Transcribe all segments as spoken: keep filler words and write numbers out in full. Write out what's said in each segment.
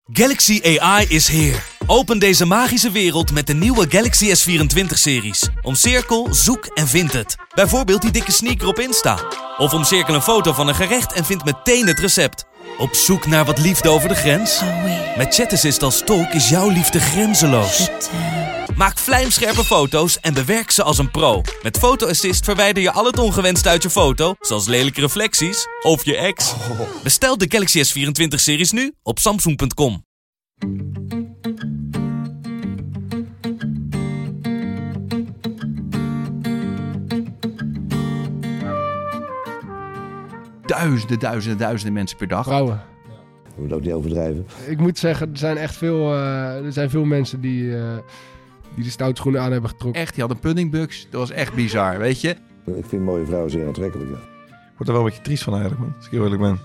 Galaxy A I is here. Open deze magische wereld met de nieuwe Galaxy S vierentwintig-series. Omcirkel, zoek en vind het. Bijvoorbeeld die dikke sneaker op Insta. Of omcirkel een foto van een gerecht en vind meteen het recept. Op zoek naar wat liefde over de grens? Met Chat Assist als tolk is jouw liefde grenzeloos. Maak vlijmscherpe foto's en bewerk ze als een pro. Met Photo Assist verwijder je al het ongewenst uit je foto, zoals lelijke reflecties of je ex. Bestel de Galaxy S vierentwintig-series nu op samsung punt com. Duizenden, duizenden, duizenden mensen per dag. Vrouwen. Je moet ook niet overdrijven. Ik moet zeggen, er zijn echt veel, uh, er zijn veel mensen die, uh, die de stoutschoenen aan hebben getrokken. Echt, die hadden puddingbugs. Dat was echt bizar, weet je. Ik vind mooie vrouwen zeer aantrekkelijk. Ja. Ik word er wel een beetje triest van eigenlijk, man. Als ik heel eerlijk ben.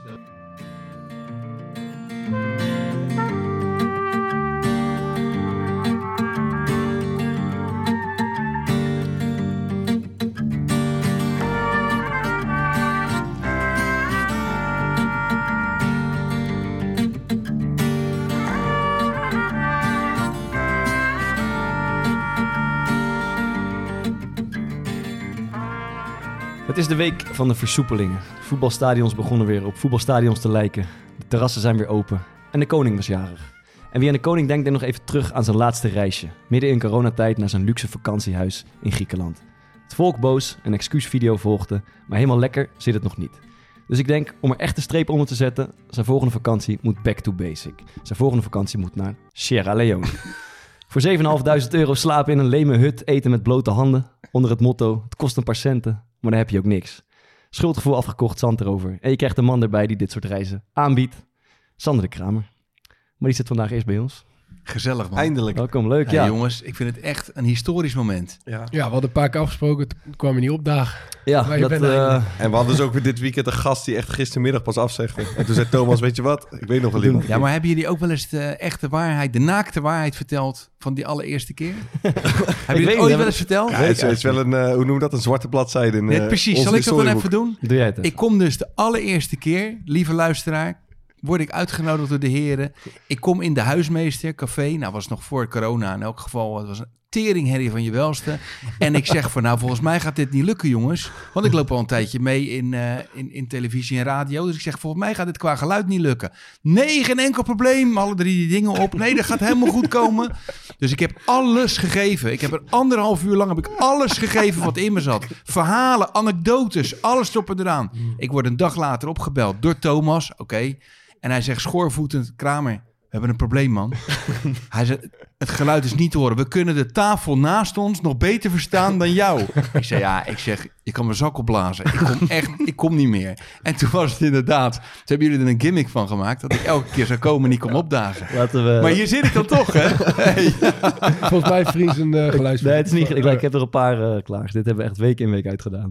Het is de week van de versoepelingen. Voetbalstadions begonnen weer op voetbalstadions te lijken. De terrassen zijn weer open. En de koning was jarig. En wie aan de koning denkt, denkt nog even terug aan zijn laatste reisje. Midden in coronatijd naar zijn luxe vakantiehuis in Griekenland. Het volk boos, een excuusvideo volgde, maar helemaal lekker zit het nog niet. Dus ik denk, om er echt een streep onder te zetten, zijn volgende vakantie moet back to basic. Zijn volgende vakantie moet naar Sierra Leone. Voor zevenduizend vijfhonderd euro slapen in een leme hut, eten met blote handen. Onder het motto, het kost een paar centen, maar dan heb je ook niks. Schuldgevoel afgekocht, zand erover. En je krijgt een man erbij die dit soort reizen aanbiedt. Sander de Kramer. Maar die zit vandaag eerst bij ons. Gezellig, man. Eindelijk. Welkom, leuk. Hey, ja, jongens, ik vind het echt een historisch moment. Ja. Ja, we hadden een paar keer afgesproken, toen kwam je niet opdagen. ja Maar je dat, bent uh, eigenlijk- En we hadden dus ook weer dit weekend een gast die echt gistermiddag pas afzegde. En toen zei Thomas, weet je wat? Ik weet nog wel iemand. Ja, maar hebben jullie ook wel eens de echte waarheid, de naakte waarheid verteld van die allereerste keer? Hebben weet jullie niet, het ooit hè, wel eens verteld? Ja, het is, het is wel een, uh, hoe noem je dat? Een zwarte bladzijde in uh, Net precies, ons zal ik dat dan historieboek. even doen? doe jij het even. Ik kom dus de allereerste keer, lieve luisteraar, word ik uitgenodigd door de heren. Ik kom in de Huismeester Café. Nou, was nog voor corona in elk geval. Het was een teringherrie van je welste. En ik zeg van, nou, volgens mij gaat dit niet lukken, jongens. Want ik loop al een tijdje mee in, uh, in, in televisie en radio. Dus ik zeg, volgens mij gaat dit qua geluid niet lukken. Nee, geen enkel probleem. Alle drie die dingen op. Nee, dat gaat helemaal goed komen. Dus ik heb alles gegeven. Ik heb er anderhalf uur lang heb ik alles gegeven wat in me zat. Verhalen, anekdotes, alles erop en eraan. Ik word een dag later opgebeld door Thomas. Oké. Okay. En hij zegt schoorvoetend, Kramer, we hebben een probleem, man. Hij zegt, het geluid is niet te horen. We kunnen de tafel naast ons nog beter verstaan dan jou. Ik zei, ja, ik zeg, je kan mijn zak opblazen. Ik kom echt, ik kom niet meer. En toen was het inderdaad, toen hebben jullie er een gimmick van gemaakt, dat ik elke keer zou komen en niet kom opdagen. Laten we... Maar hier zit ik dan toch, hè? Hey. Volgens mij Fries een uh, geluids. Nee, het is niet... Ik, ik heb er een paar uh, klaar. Dit hebben we echt week in week uitgedaan.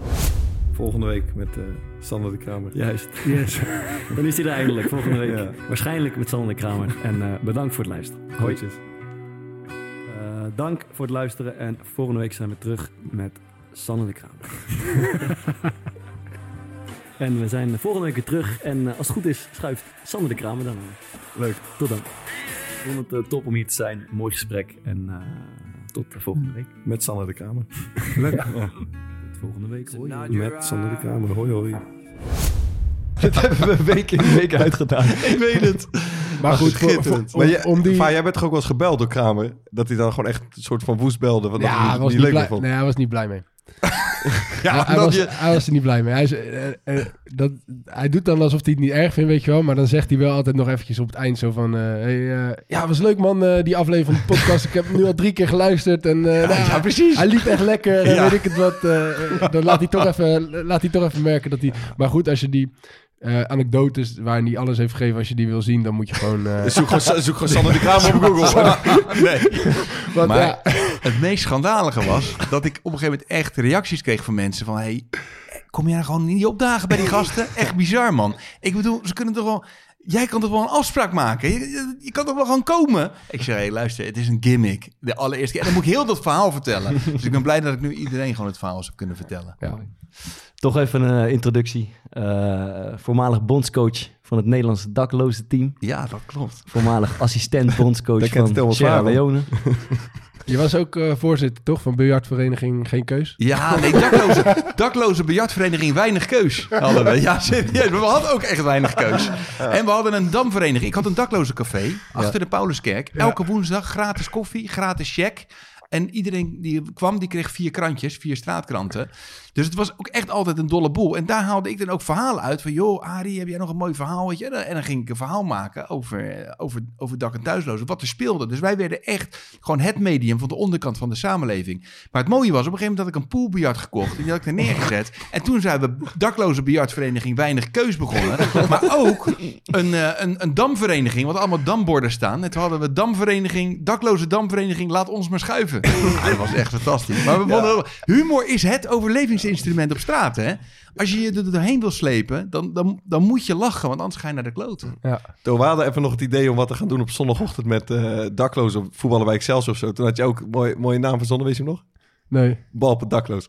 Volgende week met uh, Sander de Kramer. Juist. Yes. Dan is hij er eindelijk, volgende week. Ja. Waarschijnlijk met Sander de Kramer. En uh, bedankt voor het luisteren. Hoi. Uh, dank voor het luisteren. En volgende week zijn we terug met Sander de Kramer. En we zijn volgende week weer terug. En uh, als het goed is, schuift Sander de Kramer dan aan. Leuk. Tot dan. Ik vond het uh, top om hier te zijn. Mooi gesprek. En uh, tot de volgende week. Met Sander de Kramer. Leuk. Ja. Ja. Volgende week. Hoi, hoi. Met Sander de Kramer. Hoi, hoi. Dit hebben we week in week uitgedaan. Ik weet het. Maar goed, voor, voor, Schitterend. om, Maar jij, om die... Vaar, jij bent toch ook wel eens gebeld door Kramer? Dat hij dan gewoon echt een soort van woest belde. Want Ja, dat hij hij was, niet niet leuk blij, vond. nee, hij was niet blij mee. Ja, hij, hij, dat was, je... hij was er niet blij mee. Hij, is, uh, uh, dat, hij doet dan alsof hij het niet erg vindt, weet je wel. Maar dan zegt hij wel altijd nog eventjes op het eind zo van... Uh, hey, uh, ja, was leuk man, uh, die aflevering van de podcast. Ik heb hem nu al drie keer geluisterd. En, uh, Ja, nou, ja, precies. Hij liep echt lekker. En Ja. weet ik het wat. Uh, dan laat hij, toch even, laat hij toch even merken dat hij... Maar goed, als je die... Uh, anekdotes waarin hij alles heeft gegeven, als je die wil zien, dan moet je gewoon... Uh... Zoek gewoon, zoek gewoon Sander de Kramer op Google. Nee. Wat, Maar ja. het meest schandalige was dat ik op een gegeven moment echt reacties kreeg van mensen van... Hey, kom jij nou gewoon niet opdagen bij die gasten? Echt bizar, man. Ik bedoel, ze kunnen toch wel... Jij kan toch wel een afspraak maken? Je, je, je kan toch wel gewoon komen? Ik zeg, hey, luister, het is een gimmick. De allereerste keer. En dan moet ik heel dat verhaal vertellen. Dus ik ben blij dat ik nu iedereen gewoon het verhaal zou kunnen vertellen. Ja. Toch even een uh, introductie. Uh, voormalig bondscoach van het Nederlandse dakloze team. Ja, dat klopt. Voormalig assistent bondscoach van Sierra Leone. Je was ook uh, voorzitter, toch? Van biljartvereniging Geen Keus? Ja, nee, dakloze, dakloze biljartvereniging Weinig Keus hadden we. Ja, serieus. We hadden ook echt weinig keus. En we hadden een damvereniging. Ik had een dakloze café achter ja. de Pauluskerk. Elke woensdag gratis koffie, gratis check. En iedereen die kwam, die kreeg vier krantjes, vier straatkranten. Dus het was ook echt altijd een dolle boel. En daar haalde ik dan ook verhalen uit van... joh, Arie, heb jij nog een mooi verhaal? Weet je? En dan ging ik een verhaal maken over, over, over dak- en thuislozen. Wat er speelde. Dus wij werden echt gewoon het medium van de onderkant van de samenleving. Maar het mooie was, op een gegeven moment had ik een poolbiljart gekocht. En die had ik er neergezet. En toen zijn we dakloze biljartvereniging Weinig Keus begonnen. Maar ook een, uh, een, een damvereniging, wat allemaal damborden staan. En toen hadden we damvereniging, dakloze damvereniging, laat ons maar schuiven. Ja, dat was echt fantastisch. Maar we vonden, ja. humor is het overlevingsinstrument op straat, hè? Als je je er doorheen wil slepen, dan, dan, dan moet je lachen, want anders ga je naar de kloten. Ja. Toen we hadden even nog het idee om wat te gaan doen op zondagochtend met uh, daklozen voetballen bij Excelsior of zo. Toen had je ook een mooie, mooie naam verzonnen, weet je hem nog? Nee. Bal op het dakloos.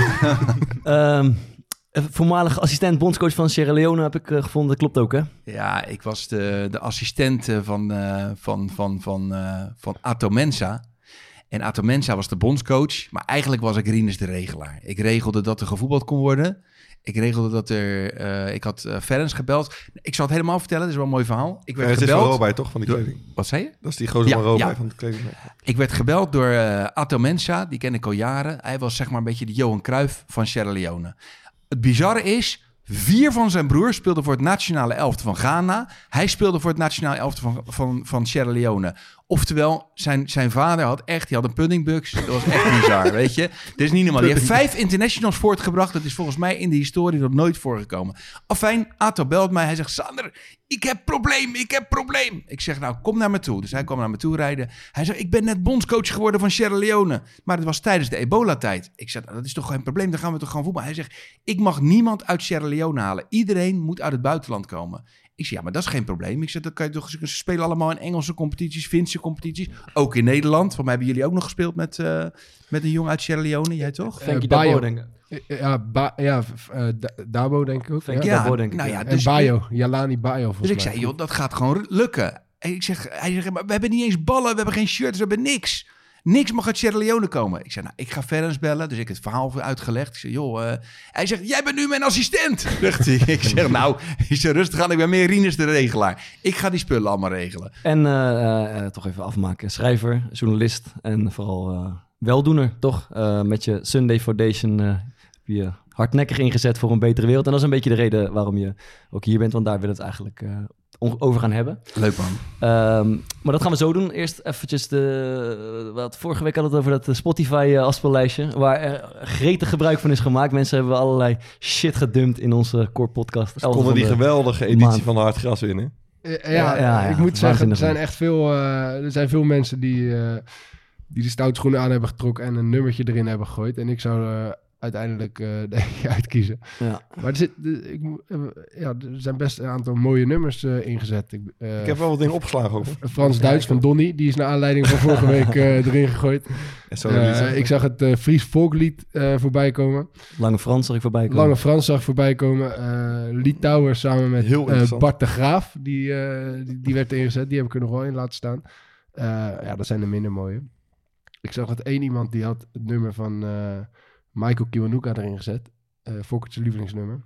um, voormalig assistent bondscoach van Sierra Leone heb ik uh, gevonden. Dat klopt ook, hè? Ja, ik was de, de assistent van, uh, van, van, van, uh, van Ato Mensa. En Ato Mensa was de bondscoach, maar eigenlijk was ik Rinus de regelaar. Ik regelde dat er gevoetbald kon worden. Ik regelde dat er... Uh, ik had uh, Ferens gebeld. Ik zal het helemaal vertellen, dat is wel een mooi verhaal. Ik werd ja, gebeld... is van Robij, toch? Van die kleding. Door, wat zei je? Dat is die gozer ja, van Robij ja. van de kleding. Ik werd gebeld door uh, Ato Mensa, die ken ik al jaren. Hij was zeg maar een beetje de Johan Cruijff van Sierra Leone. Het bizarre is... Vier van zijn broers speelden voor het nationale elftal van Ghana. Hij speelde voor het nationale elftal van, van, van Sierra Leone. Oftewel, zijn, zijn vader had echt... Die had een puddingbuks. Dat was echt bizar, weet je. Dat is niet normaal. Die heeft vijf internationals voortgebracht. Dat is volgens mij in de historie nog nooit voorgekomen. Afijn, Ato belt mij. Hij zegt, Sander, ik heb probleem, ik heb probleem. Ik zeg, nou, kom naar me toe. Dus hij kwam naar me toe rijden. Hij zegt, ik ben net bondscoach geworden van Sierra Leone. Maar dat was tijdens de ebola-tijd. Ik zeg, nou, dat is toch geen probleem. Dan gaan we toch gewoon voetballen. Hij zegt, ik mag niemand uit Sierra Leone halen. Iedereen moet uit het buitenland komen. Ik zeg, ja, maar dat is geen probleem. Ik zeg, dan kan je toch, ze spelen allemaal in Engelse competities, Finse competities. Ook in Nederland. Voor mij hebben jullie ook nog gespeeld met, uh, met een jongen uit Sierra Leone. Jij toch? Uh, Dabo, denk ik. Ja, ba- ja uh, Dabo denk ik ook. Ja, ja, Dabo, denk ik. Nou ja, ja. dus, en Bayo, Jalani Bayo. Dus ik mij. zei, joh, dat gaat gewoon lukken. En ik zeg, hij zegt, maar we hebben niet eens ballen, we hebben geen shirts, we hebben niks. Niks mag uit Sierra Leone komen. Ik zei, nou, ik ga Ferens bellen. Dus ik heb het verhaal uitgelegd. Ik zei, joh... Uh... Hij zegt, jij bent nu mijn assistent. Zegt hij. Ik zeg, nou, ik zeg, rustig aan. Ik ben meer Rinus de regelaar. Ik ga die spullen allemaal regelen. En uh, uh, toch even afmaken. Schrijver, journalist en vooral uh, weldoener, toch? Uh, met je Sunday Foundation uh, heb je hardnekkig ingezet voor een betere wereld. En dat is een beetje de reden waarom je ook hier bent. Want daar wil het eigenlijk... Uh, over gaan hebben. Leuk man. Um, maar dat gaan we zo doen. Eerst eventjes de... Wat, vorige week hadden we het over dat Spotify uh, afspeellijstje, waar er gretig gebruik van is gemaakt. Mensen hebben allerlei shit gedumpt in onze core podcast. Ze konden die geweldige editie maand. van Hard Gras winnen. Ja, ja, ja, ja ik ja, moet zeggen, er zijn echt veel, uh, er zijn veel mensen die, uh, die de stoutschoenen aan hebben getrokken en een nummertje erin hebben gegooid. En ik zou... Uh, uiteindelijk uh, denk ik uitkiezen. Ja. Maar er, zit, ik, uh, ja, er zijn best een aantal mooie nummers uh, ingezet. Ik, uh, ik heb wel wat dingen opgeslagen over. Frans-Duits van Donny, die is naar aanleiding van vorige week uh, erin gegooid. Uh, ik zag het uh, Fries volklied uh, voorbij komen. Lange Frans zag ik voorbij komen. Lange Frans zag ik voorbij komen. Uh, Litouwer samen met uh, Bart de Graaf, die, uh, die, die werd ingezet. Die heb ik er nog wel in laten staan. Uh, ja, dat zijn de minder mooie. Ik zag dat één iemand die had het nummer van... Uh, Michael Kiwanuka erin gezet. Uh, Fokkert's lievelingsnummer.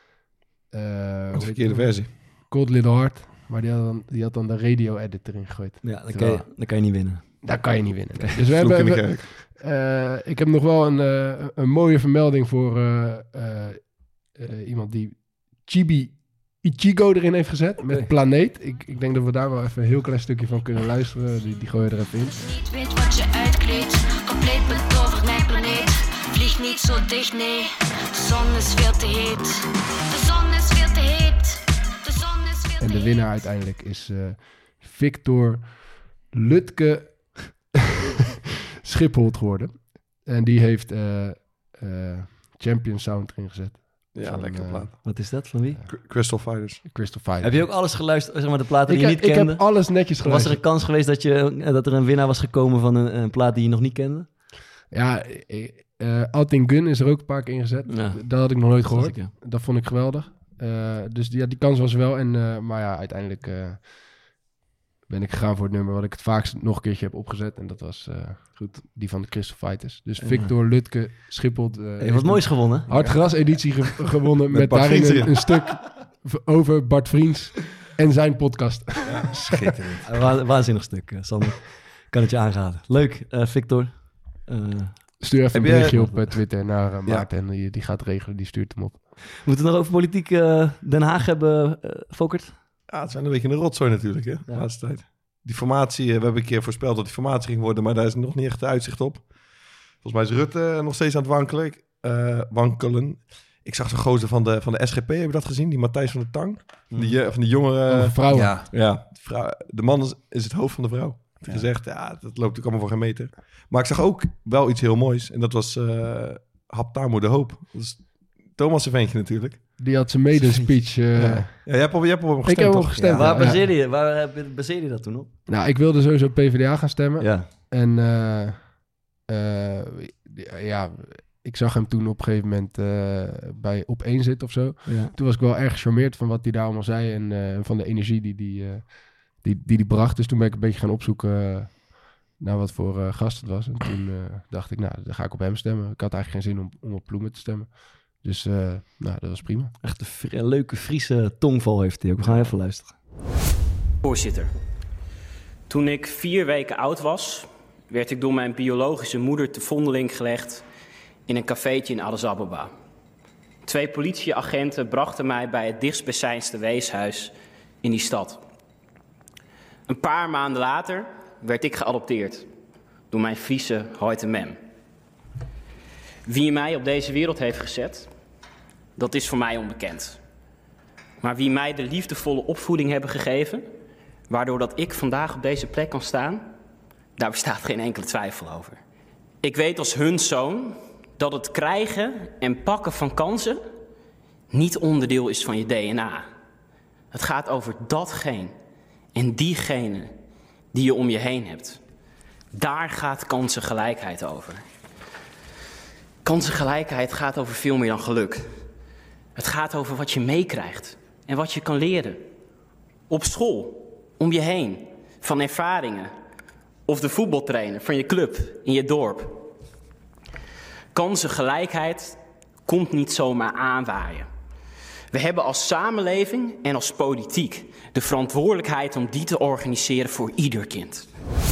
Uh, de verkeerde versie. Cold Little Heart. Maar die had dan, die had dan de radio-edit erin gegooid. Ja, dan kan, je, dan kan je niet winnen. Daar kan je niet winnen. Nee. Dus we hebben... We, uh, ik heb nog wel een, uh, een mooie vermelding voor uh, uh, uh, iemand die Chibi Ichigo erin heeft gezet. Met Planeet. Ik, ik denk dat we daar wel even een heel klein stukje van kunnen luisteren. Die, die gooi je er even in. Niet weet wat je uitkleedt. Compleet betoverd mijn planeet. Vlieg niet zo dicht, nee. De zon is veel te heet. De zon is veel te heet. De zon is veel te heet. En de winnaar uiteindelijk is uh, Victor Lutke Schipholt geworden. En die heeft uh, uh, Champion Sound erin gezet. Ja, van, lekker plaat. Uh, Wat is dat? Van wie? C- Crystal Fighters. Crystal Fighters. Heb je ook alles geluisterd, zeg maar de platen die ik je heb, niet kende? Ik heb alles netjes geluisterd. Was er een kans geweest dat, je, dat er een winnaar was gekomen van een, een plaat die je nog niet kende? Ja, ik, Uh, Alting Gun is er ook een paar keer ingezet. Ja. Dat had ik nog nooit gehoord. Klassiek, Dat vond ik geweldig. Uh, dus ja, die kans was wel. En, uh, maar ja, uiteindelijk uh, ben ik gegaan voor het nummer wat ik het vaakst nog een keertje heb opgezet. En dat was uh, goed, die van de Crystal Fighters. Dus Victor Lutke Schippelt. Uh, Hey, wat moois gewonnen. Hardgras editie ge- gewonnen met, Met Bart daarin Vriends een, een stuk v- over Bart Vriends en zijn podcast. Ja, schitterend. Een wa- waanzinnig stuk, uh, Sander. Kan het je aanraden. Leuk, uh, Victor. Uh, Stuur even Heb een je- berichtje op uh, Twitter naar uh, Ja. Maarten en die, die gaat regelen, die stuurt hem op. we moeten het nog over politiek uh, Den Haag hebben, uh, Fokert. Ja, het zijn een beetje een rotzooi natuurlijk, hè, de Ja. laatste tijd. Die formatie, uh, we hebben een keer voorspeld dat die formatie ging worden, maar daar is nog niet echt de uitzicht op. Volgens mij is Rutte nog steeds aan het wankelen. Uh, wankelen. Ik zag zo'n gozer van de, van de S G P, heb je dat gezien? Die Matthijs van der Tang. Die, uh, van die jongere... Over vrouwen. Ja, Ja, de, vrouw, de man is, is het hoofd van de vrouw. Heeft Ja. gezegd, ja, dat loopt ook allemaal voor geen meter. Maar ik zag ook wel iets heel moois. En dat was uh, Haptamo de Hoop. Dat is Thomas' ventje natuurlijk. Die had zijn mede-speech. Uh, Ja. Ja, jij hebt op, jij hebt op hem Ik gestemd, heb op toch? gestemd. Waar Ja. baseerde je, waar heb- baseerde je dat toen op? Nou, ik wilde sowieso P v d A gaan stemmen. Ja. En uh, uh, ja, ik zag hem toen op een gegeven moment uh, bij op één zitten of zo. ja. Toen was ik wel erg gecharmeerd van wat hij daar allemaal zei en uh, van de energie die die, uh, die, die die bracht. Dus toen ben ik een beetje gaan opzoeken uh, naar wat voor uh, gast het was. En toen uh, dacht ik, nou, dan ga ik op hem stemmen. Ik had eigenlijk geen zin om, om op Ploemen te stemmen. Dus uh, nou, dat was prima. Echt een, fri- een leuke Friese tongval heeft hij ook. We gaan even luisteren. Voorzitter, toen ik vier weken oud was, werd ik door mijn biologische moeder te vondeling gelegd in een cafeetje in Addis Ababa. Twee politieagenten brachten mij bij het dichtstbijzijnde weeshuis in die stad. Een paar maanden later werd ik geadopteerd door mijn Friese Hoyte Mem. Wie mij op deze wereld heeft gezet, dat is voor mij onbekend. Maar wie mij de liefdevolle opvoeding hebben gegeven, waardoor dat ik vandaag op deze plek kan staan, daar bestaat geen enkele twijfel over. Ik weet als hun zoon dat het krijgen en pakken van kansen niet onderdeel is van je D N A. Het gaat over datgene en diegene die je om je heen hebt. Daar gaat kansengelijkheid over. Kansengelijkheid gaat over veel meer dan geluk. Het gaat over wat je meekrijgt en wat je kan leren. Op school, om je heen, van ervaringen. Of de voetbaltrainer van je club in je dorp. Kansengelijkheid komt niet zomaar aanwaaien. We hebben als samenleving en als politiek de verantwoordelijkheid om die te organiseren voor ieder kind.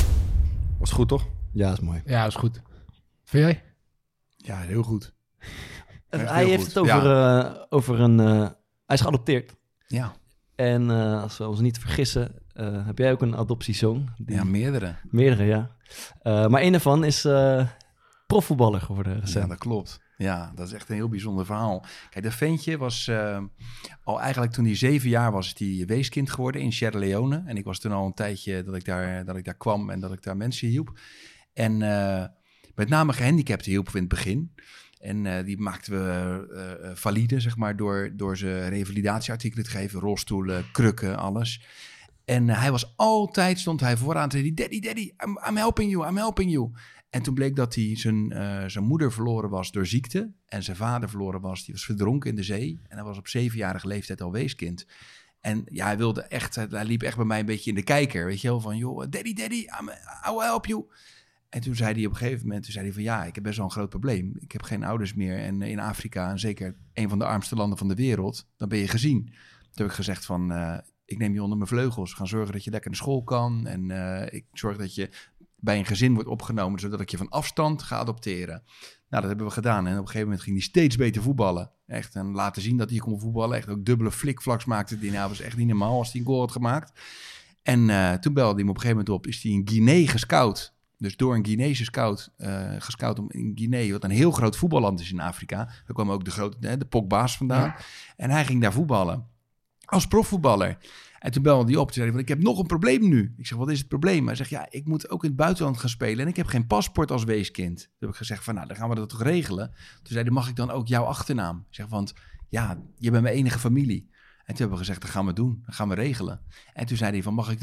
Was goed, toch? Ja, dat is mooi. Ja, dat is goed. Vind jij? ja, heel goed. Het- Echt hij heel heeft goed. het over, eh, over een... uh, hij is geadopteerd. Ja, En uh, als we ons niet vergissen, uh, heb jij ook een adoptiezoon? Die- ja meerdere. Meerdere, ja. Uh, maar een daarvan is uh, profvoetballer geworden Ja, recent. dat klopt. Ja, dat is echt een heel bijzonder verhaal. Kijk, dat ventje was uh, al eigenlijk toen hij zeven jaar was, is hij weeskind geworden in Sierra Leone. En ik was toen al een tijdje dat ik daar, dat ik daar kwam en dat ik daar mensen hielp. En uh, met name gehandicapten hielpen we in het begin. En uh, die maakten we uh, valide, zeg maar, door, door ze revalidatieartikelen te geven. Rolstoelen, krukken, alles. En uh, hij was altijd, stond hij vooraan en zei, daddy, daddy, I'm, I'm helping you, I'm helping you. En toen bleek dat hij zijn, uh, zijn moeder verloren was door ziekte. En zijn vader verloren was, die was verdronken in de zee. En hij was op zevenjarige leeftijd al weeskind. En ja, hij wilde echt, hij liep echt bij mij een beetje in de kijker. Weet je wel, van joh, daddy, daddy, I'm, I will help you. En toen zei hij op een gegeven moment, toen zei hij van ja, ik heb best wel een groot probleem. Ik heb geen ouders meer en in Afrika, en zeker een van de armste landen van de wereld, dan ben je gezien. Toen heb ik gezegd van, uh, ik neem je onder mijn vleugels. Gaan zorgen dat je lekker naar school kan. En uh, ik zorg dat je bij een gezin wordt opgenomen, zodat ik je van afstand ga adopteren. Nou, dat hebben we gedaan. En op een gegeven moment ging hij steeds beter voetballen. Echt, en laten zien dat hij kon voetballen. Echt ook dubbele flikvlaks maakte hij. Nou, was echt niet normaal als hij een goal had gemaakt. En uh, toen belde hij hem op een gegeven moment op. Is hij in Guinea gescout. Dus door een Guinese scout, uh, gescout om in Guinea, wat een heel groot voetballand is in Afrika. Daar kwamen ook de grote, de Pogba's vandaan. Ja. En hij ging daar voetballen. Als profvoetballer. En toen belde hij op en zei hij van, ik heb nog een probleem nu. Ik zeg, wat is het probleem? Hij zegt, ja, ik moet ook in het buitenland gaan spelen en ik heb geen paspoort als weeskind. Toen heb ik gezegd van, nou, dan gaan we dat toch regelen. Toen zei hij, mag ik dan ook jouw achternaam? Ik zeg, want ja, je bent mijn enige familie. En toen hebben we gezegd, dat gaan we doen. Dat gaan we regelen. En toen zei hij van, mag ik dan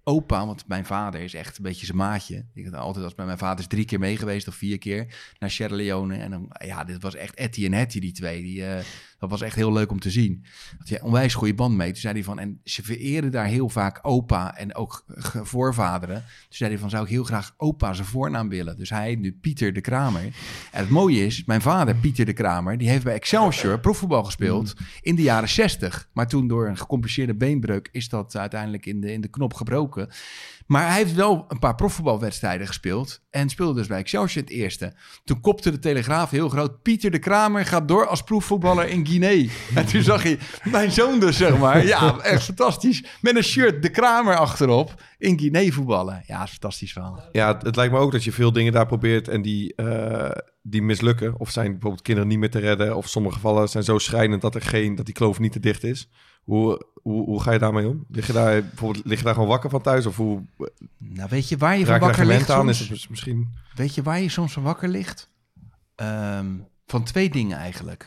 opa, want mijn vader is echt een beetje zijn maatje. Ik had altijd als bij mijn vader is drie keer mee geweest of vier keer naar Sierra Leone. En dan, ja, dit was echt Etty en Hetty, die twee. Die, uh, dat was echt heel leuk om te zien. Had je een onwijs goede band mee. Toen zei hij van, en ze vereren daar heel vaak opa en ook voorvaderen. Toen zei hij van, zou ik heel graag opa zijn voornaam willen. Dus hij heet nu Pieter de Kramer. En het mooie is, mijn vader Pieter de Kramer, die heeft bij Excelsior profvoetbal gespeeld mm. in de jaren zestig. Maar toen door een gecompliceerde beenbreuk is dat uiteindelijk in de, in de knop gebroken. Maar hij heeft wel een paar profvoetbalwedstrijden gespeeld en speelde dus bij Excelsior het eerste. Toen kopte de Telegraaf heel groot, Pieter de Kramer gaat door als proefvoetballer in Guinea. En toen zag je mijn zoon dus, zeg maar, ja, echt fantastisch, met een shirt de Kramer achterop in Guinea voetballen. Ja, dat is een fantastisch verhaal. Ja, het, het lijkt me ook dat je veel dingen daar probeert en die, uh, die mislukken. Of zijn bijvoorbeeld kinderen niet meer te redden, of sommige gevallen zijn zo schrijnend dat, er geen, dat die kloof niet te dicht is. Hoe, hoe, hoe ga je daarmee om? Lig je daar, bijvoorbeeld, lig je daar gewoon wakker van thuis? Of hoe, nou, weet je waar je van wakker ligt aan? Soms? Is het misschien... Weet je waar je soms van wakker ligt? Um, van twee dingen eigenlijk.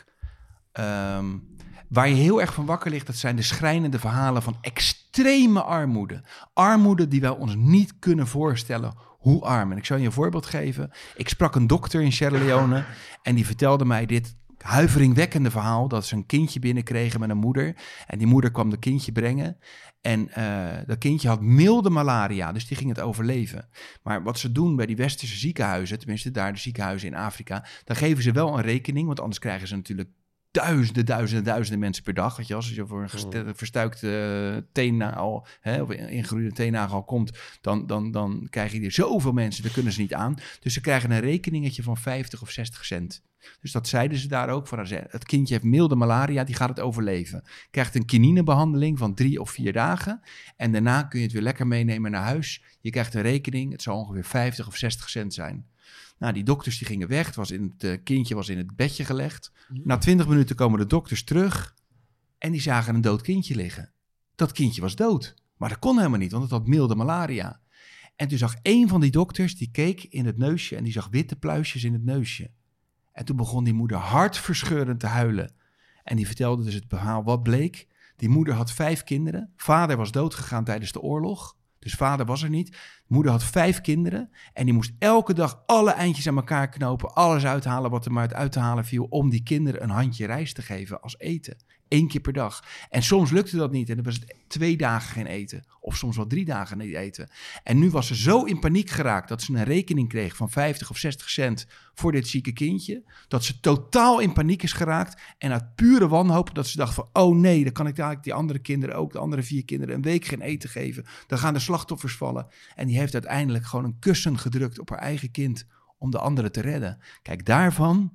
Um, waar je heel erg van wakker ligt, dat zijn de schrijnende verhalen van extreme armoede. Armoede die wij ons niet kunnen voorstellen hoe arm. En ik zal je een voorbeeld geven. Ik sprak een dokter in Sierra Leone en die vertelde mij dit huiveringwekkende verhaal dat ze een kindje binnenkregen met een moeder. En die moeder kwam dat kindje brengen. En uh, dat kindje had milde malaria, dus die ging het overleven. Maar wat ze doen bij die westerse ziekenhuizen, tenminste daar de ziekenhuizen in Afrika, dan geven ze wel een rekening, want anders krijgen ze natuurlijk duizenden, duizenden, duizenden mensen per dag. Weet je, als je voor een gest- verstuikte uh, teennagel, hè, of ingegroeide teennagel komt, dan, dan, dan krijg je er zoveel mensen, daar kunnen ze niet aan. Dus ze krijgen een rekeningetje van vijftig of zestig cent. Dus dat zeiden ze daar ook. Van, het kindje heeft milde malaria, die gaat het overleven. Krijgt een kininebehandeling van drie of vier dagen. En daarna kun je het weer lekker meenemen naar huis. Je krijgt een rekening, het zal ongeveer vijftig of zestig cent zijn. Nou, die dokters die gingen weg. Het was in het uh, kindje was in het bedje gelegd. Na twintig minuten komen de dokters terug. En die zagen een dood kindje liggen. Dat kindje was dood. Maar dat kon helemaal niet, want het had milde malaria. En toen zag een van die dokters, die keek in het neusje en die zag witte pluisjes in het neusje. En toen begon die moeder hartverscheurend te huilen. En die vertelde dus het verhaal wat bleek. Die moeder had vijf kinderen. Vader was doodgegaan tijdens de oorlog. Dus vader was er niet. Moeder had vijf kinderen. En die moest elke dag alle eindjes aan elkaar knopen. Alles uithalen wat er maar uit te halen viel. Om die kinderen een handje rijst te geven als eten. Eén keer per dag. En soms lukte dat niet. En dan was het twee dagen geen eten. Of soms wel drie dagen niet eten. En nu was ze zo in paniek geraakt dat ze een rekening kreeg van vijftig of zestig cent voor dit zieke kindje. Dat ze totaal in paniek is geraakt. En uit pure wanhoop dat ze dacht van, oh nee, dan kan ik eigenlijk die andere kinderen ook, de andere vier kinderen, een week geen eten geven. Dan gaan de slachtoffers vallen. En die heeft uiteindelijk gewoon een kussen gedrukt op haar eigen kind om de anderen te redden. Kijk, daarvan